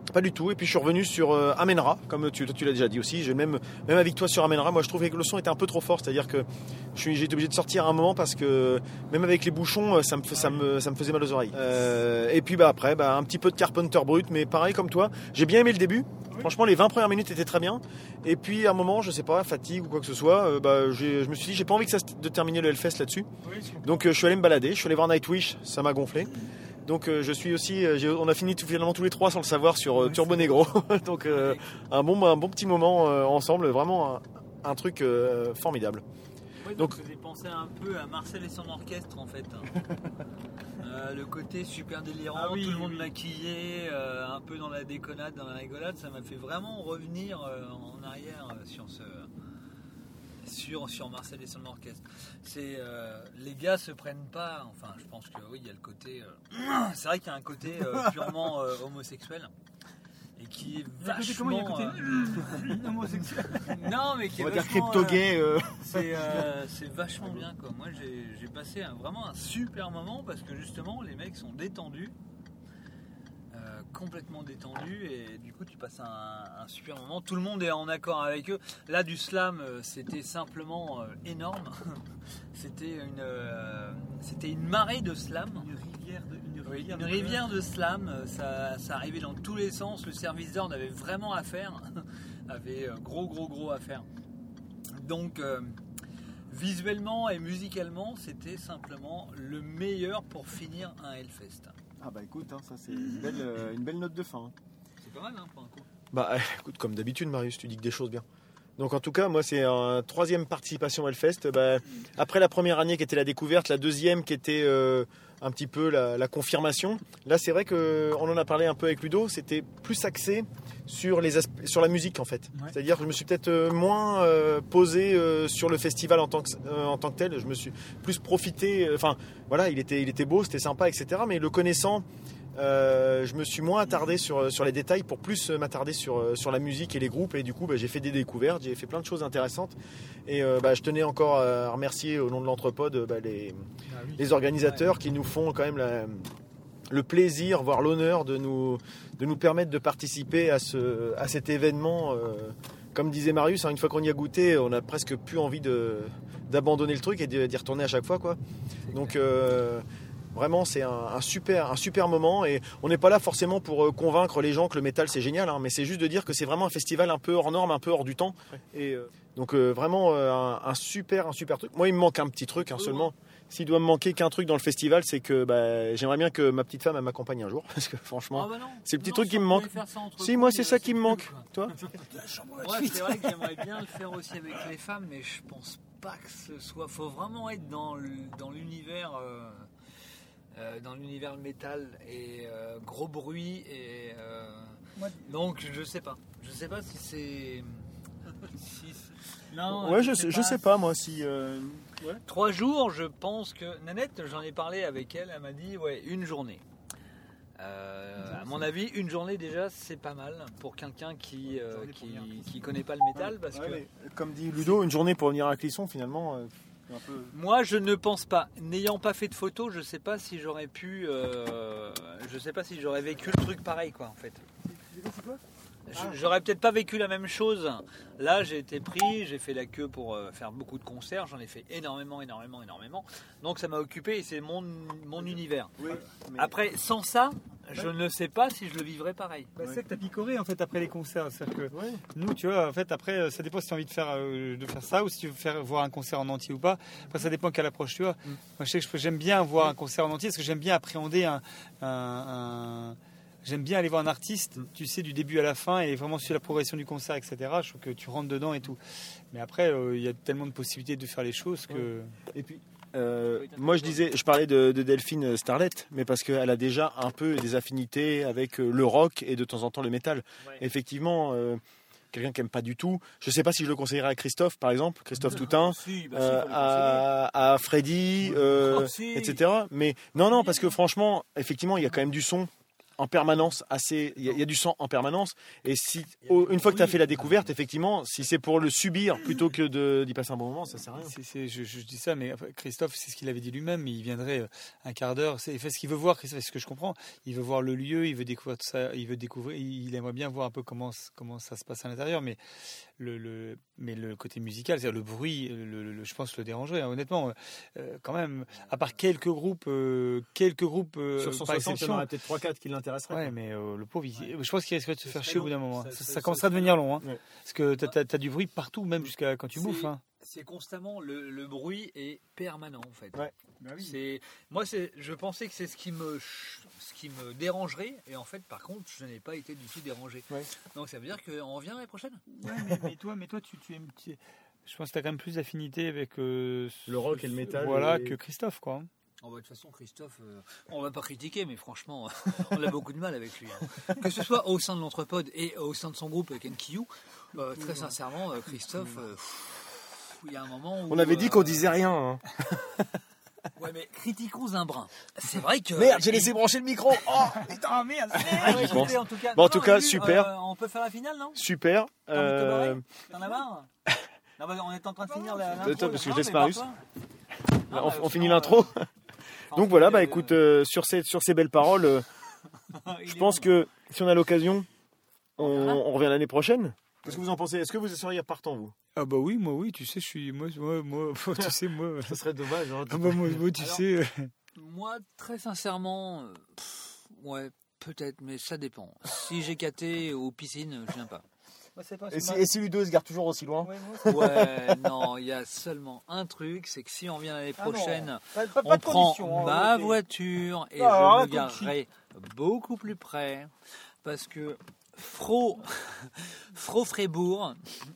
Pas du tout. Et puis je suis revenu sur euh, Amenra, comme tu, toi, tu l'as déjà dit aussi. J'ai même, même avec toi sur Amenra, moi je trouvais que le son était un peu trop fort. C'est-à-dire que je suis, j'ai été obligé de sortir à un moment parce que même avec les bouchons, ça me, ça me, ça me faisait mal aux oreilles. Euh, et puis bah, après, bah, un petit peu de Carpenter brut, mais pareil comme toi. J'ai bien aimé le début. Franchement, les vingt premières minutes étaient très bien. Et puis à un moment, je sais pas, fatigue ou quoi que ce soit, euh, bah, j'ai, je me suis dit, j'ai pas envie que ça, de terminer le Hellfest là-dessus. Donc euh, je suis allé me balader, je suis allé voir Nightwish, ça m'a gonflé. Donc euh, je suis aussi, euh, j'ai, on a fini tout, finalement tous les trois sans le savoir sur euh, Turbo Negro. Donc euh, un bon, un bon petit moment euh, ensemble, vraiment un, un truc euh, formidable. Ouais, donc, donc ça faisait penser un peu à Marcel et son orchestre en fait. euh, le côté super délirant, ah oui, tout le monde oui. maquillé, euh, un peu dans la déconnade, dans la rigolade, ça m'a fait vraiment revenir euh, en arrière euh, sur ce. Sur, sur Marcel et son orchestre. C'est, euh, les gars se prennent pas, enfin je pense que oui, il y a le côté, euh, c'est vrai qu'il y a un côté euh, purement euh, homosexuel et qui est vachement... Comment il y a un côté euh, homosexuel Non mais qui est on va dire vachement... crypto-gay. Euh, euh... C'est, euh, c'est vachement bien quoi. Moi j'ai, j'ai passé un, vraiment un super moment parce que justement les mecs sont détendus. Complètement détendu et du coup tu passes un, un super moment, tout le monde est en accord avec eux. Là du slam c'était simplement euh, énorme. C'était une euh, c'était une marée de slam, une rivière de, une oui, rivière une de rivière de slam, ça, ça arrivait dans tous les sens, le service d'ordre avait vraiment à faire, avait gros gros gros à faire. Donc euh, visuellement et musicalement c'était simplement le meilleur pour finir un Hellfest. Ah bah écoute, hein, ça c'est une belle, euh, une belle note de fin. Hein. C'est pas mal hein, pour un coup. Bah écoute, comme d'habitude Marius, tu dis que des choses bien. Donc en tout cas, moi c'est une troisième participation à Hellfest. Bah, après la première année qui était la découverte, la deuxième qui était euh, un petit peu la, la confirmation. Là c'est vrai qu'on en a parlé un peu avec Ludo, c'était plus axé sur, les aspe- sur la musique en fait. Ouais. C'est-à-dire que je me suis peut-être euh, moins euh, posé euh, sur le festival en tant que, euh, en tant que tel. Je me suis plus profité, enfin euh, voilà, il était, il était beau, c'était sympa, et cetera. Mais le connaissant, euh, je me suis moins attardé sur, sur les détails pour plus m'attarder sur, sur la musique et les groupes. Et du coup, bah, j'ai fait des découvertes, j'ai fait plein de choses intéressantes. Et euh, bah, je tenais encore à remercier au nom de l'Entrepode bah, les, ah oui. les organisateurs ouais. qui nous font quand même la... le plaisir, voire l'honneur de nous, de nous permettre de participer à, ce, à cet événement. Euh, comme disait Marius, hein, une fois qu'on y a goûté, on a presque plus envie de, d'abandonner le truc et d'y retourner à chaque fois, quoi. Donc euh, vraiment, c'est un, un, super, un super moment. Et on n'est pas là forcément pour convaincre les gens que le métal c'est génial, hein, mais c'est juste de dire que c'est vraiment un festival un peu hors norme, un peu hors du temps. Et euh, donc euh, vraiment euh, un, un super, un super truc. Moi, il me manque un petit truc hein, seulement. S'il doit me manquer qu'un truc dans le festival, c'est que bah, j'aimerais bien que ma petite femme elle m'accompagne un jour, parce que franchement, ah bah c'est le petit non, truc qui me manque. Si, moi c'est ça qui me manque. Toi ouais, c'est vrai que j'aimerais bien le faire aussi avec les femmes, mais je pense pas que ce soit. Faut vraiment être dans, le, dans l'univers, euh, euh, dans l'univers métal et euh, gros bruit et euh, ouais. Donc je sais pas. Je sais pas si c'est. si c'est... Non. Ouais, je sais, je sais pas moi si. Euh... Ouais. Trois jours, je pense que Nanette, j'en ai parlé avec elle, elle m'a dit ouais une journée. Euh, à mon avis, une journée déjà c'est pas mal pour quelqu'un qui euh, qui, qui connaît pas le métal parce ouais, que comme dit Ludo, une journée pour venir à Clisson finalement. Euh, un peu... Moi, je ne pense pas. N'ayant pas fait de photos, je sais pas si j'aurais pu, euh, je sais pas si j'aurais vécu le truc pareil quoi en fait. C'est quoi ? J'aurais peut-être pas vécu la même chose. Là, j'ai été pris, j'ai fait la queue pour faire beaucoup de concerts. J'en ai fait énormément, énormément, énormément. Donc ça m'a occupé et c'est mon, mon univers. Oui, mais... Après, sans ça, je ne sais pas si je le vivrais pareil. Bah, c'est ça que tu as picoré en fait après les concerts. C'est-à-dire que ouais. Nous, tu vois, en fait, après, ça dépend si tu as envie de faire, euh, de faire ça ou si tu veux faire voir un concert en entier ou pas. Après, ça dépend quelle approche tu as. Mm. Moi, je sais que j'aime bien voir un concert en entier parce que j'aime bien appréhender un. un, un J'aime bien aller voir un artiste, tu sais, du début à la fin et vraiment suivre la progression du concert, et cetera. Je trouve que tu rentres dedans et tout. Mais après, il euh, y a tellement de possibilités de faire les choses que. Et puis, euh, moi je disais, je parlais de, de Delphine Starlet, mais parce qu'elle a déjà un peu des affinités avec le rock et de temps en temps le métal. Ouais. Effectivement. Euh, Quelqu'un qui n'aime pas du tout. Je ne sais pas si je le conseillerais à Christophe, par exemple, Christophe Toutain, si, bah, euh, si, à, à Freddy, euh, si. et cetera. Mais non, non, parce que franchement, effectivement, il y a quand même du son. en permanence assez. Il y, a- il y a du sang en permanence. Et si, au- une fois que tu as fait la découverte, effectivement, si c'est pour le subir plutôt que de, d'y passer un bon moment, ça sert à rien. C'est- c'est- je, je dis ça, mais enfin, Christophe, c'est ce qu'il avait dit lui-même. Il viendrait euh, un quart d'heure. C'est fait ce qu'il veut voir, Christophe, c'est ce que je comprends. Il veut voir le lieu, il veut découvrir tout ça, il veut découvrir. Il aimerait bien voir un peu comment comment ça se passe à l'intérieur, mais le, le mais le côté musical, c'est-à-dire le bruit, le, le- je pense le dérangerait. hein. Honnêtement, euh, quand même, à part quelques groupes, euh, quelques groupes euh, Sur cent par soixante, il y en exception. aurait peut-être trois quatre qui l'intéresseraient. Ouais, mais euh, le pauvre, il- je pense qu'il risquerait de se Ce faire serait chier au bout long. d'un moment. Ça- Ça, ça- ça ça- commencera à devenir long, hein. Ouais. Parce que t'as, t'as- t'as du bruit partout, même jusqu'à quand tu C'est- bouffes. Hein. C'est constamment le, le bruit est permanent en fait. Ouais. C'est moi c'est je pensais que c'est ce qui me ch- ce qui me dérangerait et en fait par contre je n'ai pas été du tout dérangé. Ouais. Donc ça veut dire qu'on revient l'année prochaine. Ouais, mais, mais toi, mais toi, tu, tu aimes. tu- Je pense que t'as quand même plus d'affinité avec euh, Le rock et le métal Voilà, et- que Christophe, quoi. Oh, bah, de toute façon Christophe, euh, on va pas critiquer mais franchement on a beaucoup de mal avec lui. hein. Que ce soit au sein de l'entrepode et au sein de son groupe Kenkyu, euh, très sincèrement euh, Christophe, euh, pff, il y a un moment où On avait dit euh, qu'on disait rien. hein. Ouais mais critiquons un brin. C'est vrai que Merde, j'ai laissé brancher le micro. Oh, putain merde. je pense. Écoutez, en tout cas, Bon, en non, tout non, cas, Lulu, super. euh, on peut faire la finale, non super. T'as envie de te Euh, barrer T'en as marre Non, bah, on est en train de finir la. Attends, l'intro, parce que là. je laisse Non, mais Marius. barre-toi. on, Non, bah, on sinon, finit euh, l'intro. enfin, Donc voilà, bah euh, écoute, euh, sur ces sur ces belles paroles, euh, il je est pense bon. que si on a l'occasion, on, On verra. on revient l'année prochaine. Qu'est-ce que vous en pensez? Est-ce que vous seriez partant, vous? Ah bah oui, moi oui, tu sais, je suis, moi, moi, moi tu sais, moi. Ça serait dommage. hein. Ah bah moi, moi, tu Alors- sais. euh, Moi, très sincèrement, euh, pff, ouais, peut-être, mais ça dépend. Si j'ai caté aux piscines, je viens pas. Et si, et si Ludo se garde toujours aussi loin? Ouais, non, il y a seulement un truc, c'est que si on vient l'année Ah non. prochaine, Pas, pas- pas on de prend condition, hein, ma ok. voiture et Ah, alors là, je me garerai beaucoup plus près parce que Fro, Fro Frébourg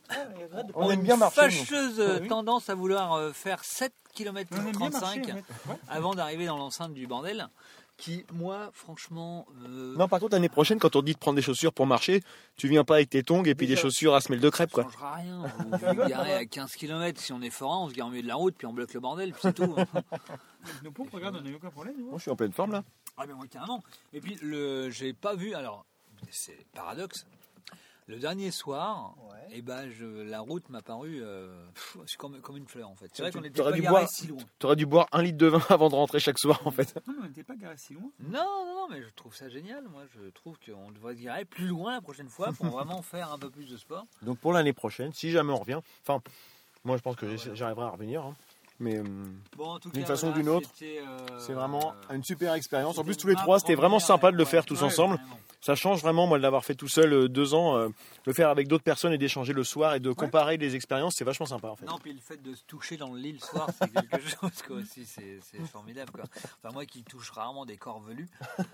On ont aime une bien marcher, nous. fâcheuse Ah oui. tendance à vouloir euh, faire sept kilomètres On aime bien marcher, trente-cinq ouais. Ouais. avant d'arriver dans l'enceinte du bordel qui, moi, franchement... euh, Non, par contre, l'année prochaine, quand on te dit de prendre des chaussures pour marcher, tu viens pas avec tes tongs et puis des Déjà. chaussures à semelle de crêpes, ça quoi. changera rien. Vous vous garez à quinze kilomètres, si on est forain, on se gare au milieu de la route, puis on bloque le bordel, puis c'est tout. Nos pompes, regarde, on n'a eu aucun problème. nous. Moi, je suis en pleine forme, là. Ah mais moi carrément. Et puis le j'ai pas vu alors c'est paradoxe. Le dernier soir, et ben je, la route m'a paru euh, pff, c'est comme, comme une fleur en fait. C'est vrai Tu- qu'on était t'aurais pas dû garé boire- si loin. T'aurais dû boire un litre de vin avant de rentrer chaque soir, en fait. Non, mais on n'était pas garé si loin. Non non non mais je trouve ça génial. Moi je trouve qu'on devrait y aller plus loin la prochaine fois pour vraiment faire un peu plus de sport. Donc pour l'année prochaine, si jamais on revient, enfin, moi je pense que j'essa- j'arriverai à revenir, hein. mais euh, Bon en tout D'une cas, façon ou voilà, d'une autre, c'était, euh, c'est vraiment euh, une super expérience. En c'était plus, tous les ma trois, c'était vraiment première, sympa de le ouais, faire tous ouais, ensemble. vraiment. Ça change vraiment, moi, de l'avoir fait tout seul euh, deux ans, euh, le faire avec d'autres personnes et d'échanger le soir et de comparer les expériences, c'est vachement sympa en fait. Non, puis le fait de se toucher dans le lit le soir, c'est quelque chose quoi aussi, c'est, c'est formidable quoi. Enfin moi qui touche rarement des corps velus, euh,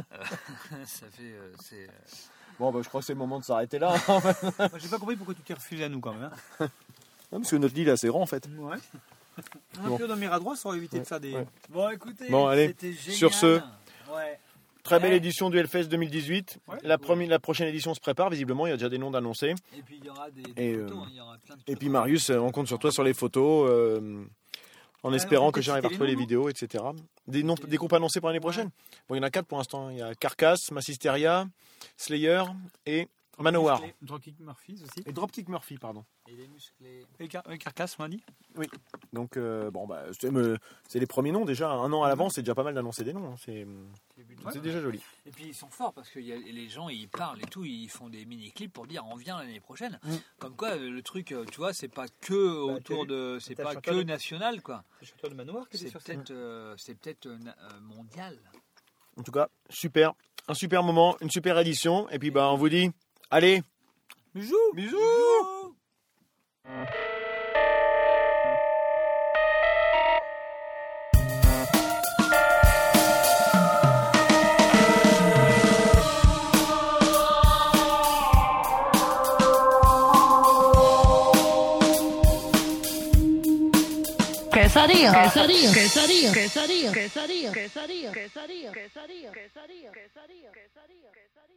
ça fait, euh, c'est. euh, Bon, bah, je crois que c'est le moment de s'arrêter là, hein. Moi, j'ai pas compris pourquoi tu t'es refusé à nous quand même. Hein. Non, parce que notre lit là, c'est grand en fait. Ouais. Bon. Un peu dans mes droit, ça aurait évité Ouais, de faire des. ouais. Bon écoutez, Bon, allez, c'était génial. sur ce, ouais. Très belle Ouais. édition du Hellfest deux mille dix-huit. Ouais. la, première, la prochaine édition se prépare, visiblement, il y a déjà des noms d'annoncés. Et puis il y aura des, des Et, photos, euh, hein, il y aura plein de Et photos. puis Marius, euh, on compte sur toi sur les photos, euh, en Ouais, espérant on peut que j'arrive à citer retrouver les les noms, vidéos, et cetera. Des, noms, des groupes annoncés pour l'année prochaine. Bon, il y en a quatre pour l'instant. Il y a Carcass, Massisteria, Slayer et Manowar. Dropkick Murphys aussi. Et Dropkick Murphy, pardon. Et les musclés. Et Car- euh, Carcass, on m'a dit. Donc, euh, bon, bah, c'est, me- c'est les premiers noms déjà. Un an à l'avance, c'est déjà pas mal d'annoncer des noms. hein. C'est, C'est but- c'est déjà joli. Et puis ils sont forts parce que y a, les gens ils parlent et tout, ils font des mini-clips pour dire on vient l'année prochaine. Mm. Comme quoi le truc, euh, tu vois, c'est pas que Bah, autour t'as de, c'est t'as pas le que chanteur de- national quoi. C'est le chanteur de Manoir qui était C'est sur scène. peut-être, euh, c'est peut-être euh, na- euh, mondial. En tout cas, super. Un super moment, une super édition. Et puis, bah, on vous dit, allez, Bisous. bisous! Quesadilla, quesadilla, quesadilla, quesadilla, quesadilla, quesadilla, quesadilla, quesadilla, quesadilla, quesadilla, quesadilla,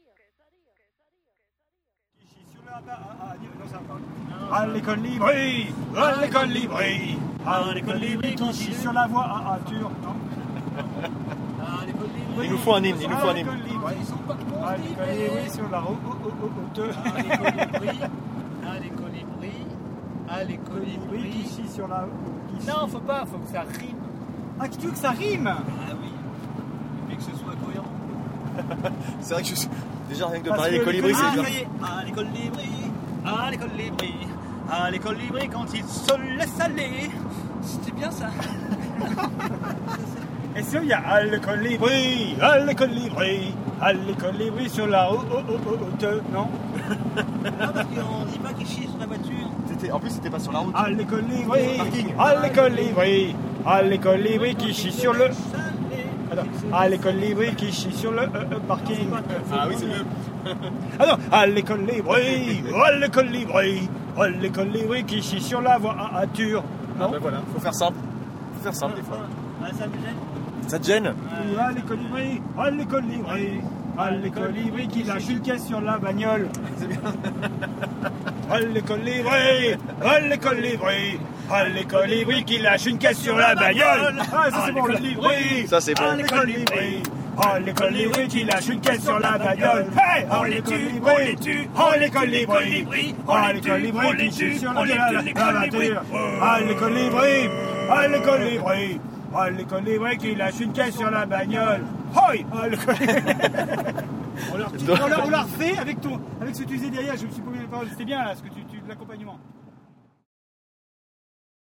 À l'école libre, à l'école libre, à l'école libre, ici sur la voie à Arthur. Ah, les potes libres. Il nous faut un hymne, il nous faut un Ah, les hymne. colibris. Ils sont pas cons, Ah, ces les livrés. colibris sur la route. Oh, oh, oh, oh, Ah, les colibris. Ah, les colibris. Ah, les colibris qui colibris. chient sur la. qui Non, chient. faut pas, faut que ça rime. Ah, tu veux que ça rime? Ah oui. Et puis que ce soit cohérent. C'est vrai que je suis... déjà rien que de Parce parler que des colibris, les c'est Ah, déjà. ça y est. Ah, les colibris. Ah, les colibris. Ah, les colibris quand ils se laissent aller. C'était bien ça. Et sinon, il y a ah, les colibris, ah, les colibris, ah, les colibris sur la route. Oh, oh, oh, oh, non? Non, parce qu'on dit pas qu'ils chient sur la voiture. C'était- En plus, c'était pas sur la route. Ah, les colibris, Parking. ah, les colibris, ah, les colibris qui chient sur le. Attends. Ah, les colibris qui chient sur le euh, euh, parking. Ah oui, c'est mieux. Ah non, ah, les colibris, ah, les colibris, ah, les colibris qui chient sur la voiture. Ah Non? bah voilà, faut faire simple. Faut faire simple des fois. Ah, ça me gêne. Ça te gêne? Ah, les colibris, ah, les colibris, ah, les colibris qui lâchent une caisse sur la bagnole. C'est bien. Ah, les colibris, ah, les colibris, ah, les colibris qui lâchent une caisse sur la bagnole. Ah, ça c'est bon, les colibris. Ça c'est Ah, bon. les colibris, ah, les colibris qui lâchent une caisse sur la bagnole. Hey, On les tue, on les tue, oh les colibris, on ah, les les tue, colibris on les qui tue, chient sur on les la tue, la- les la colibris. voiture. Ah, les colibris, ah, les colibris, ah, les colibris qui lâchent une caisse sur la bagnole. Hoi, ah, le colibri. On l'a on l'a- on l'a refait avec, ton, avec ce que tu faisais derrière, je me suis pas mis les paroles, c'était bien là, ce que tu, tu, l'accompagnement.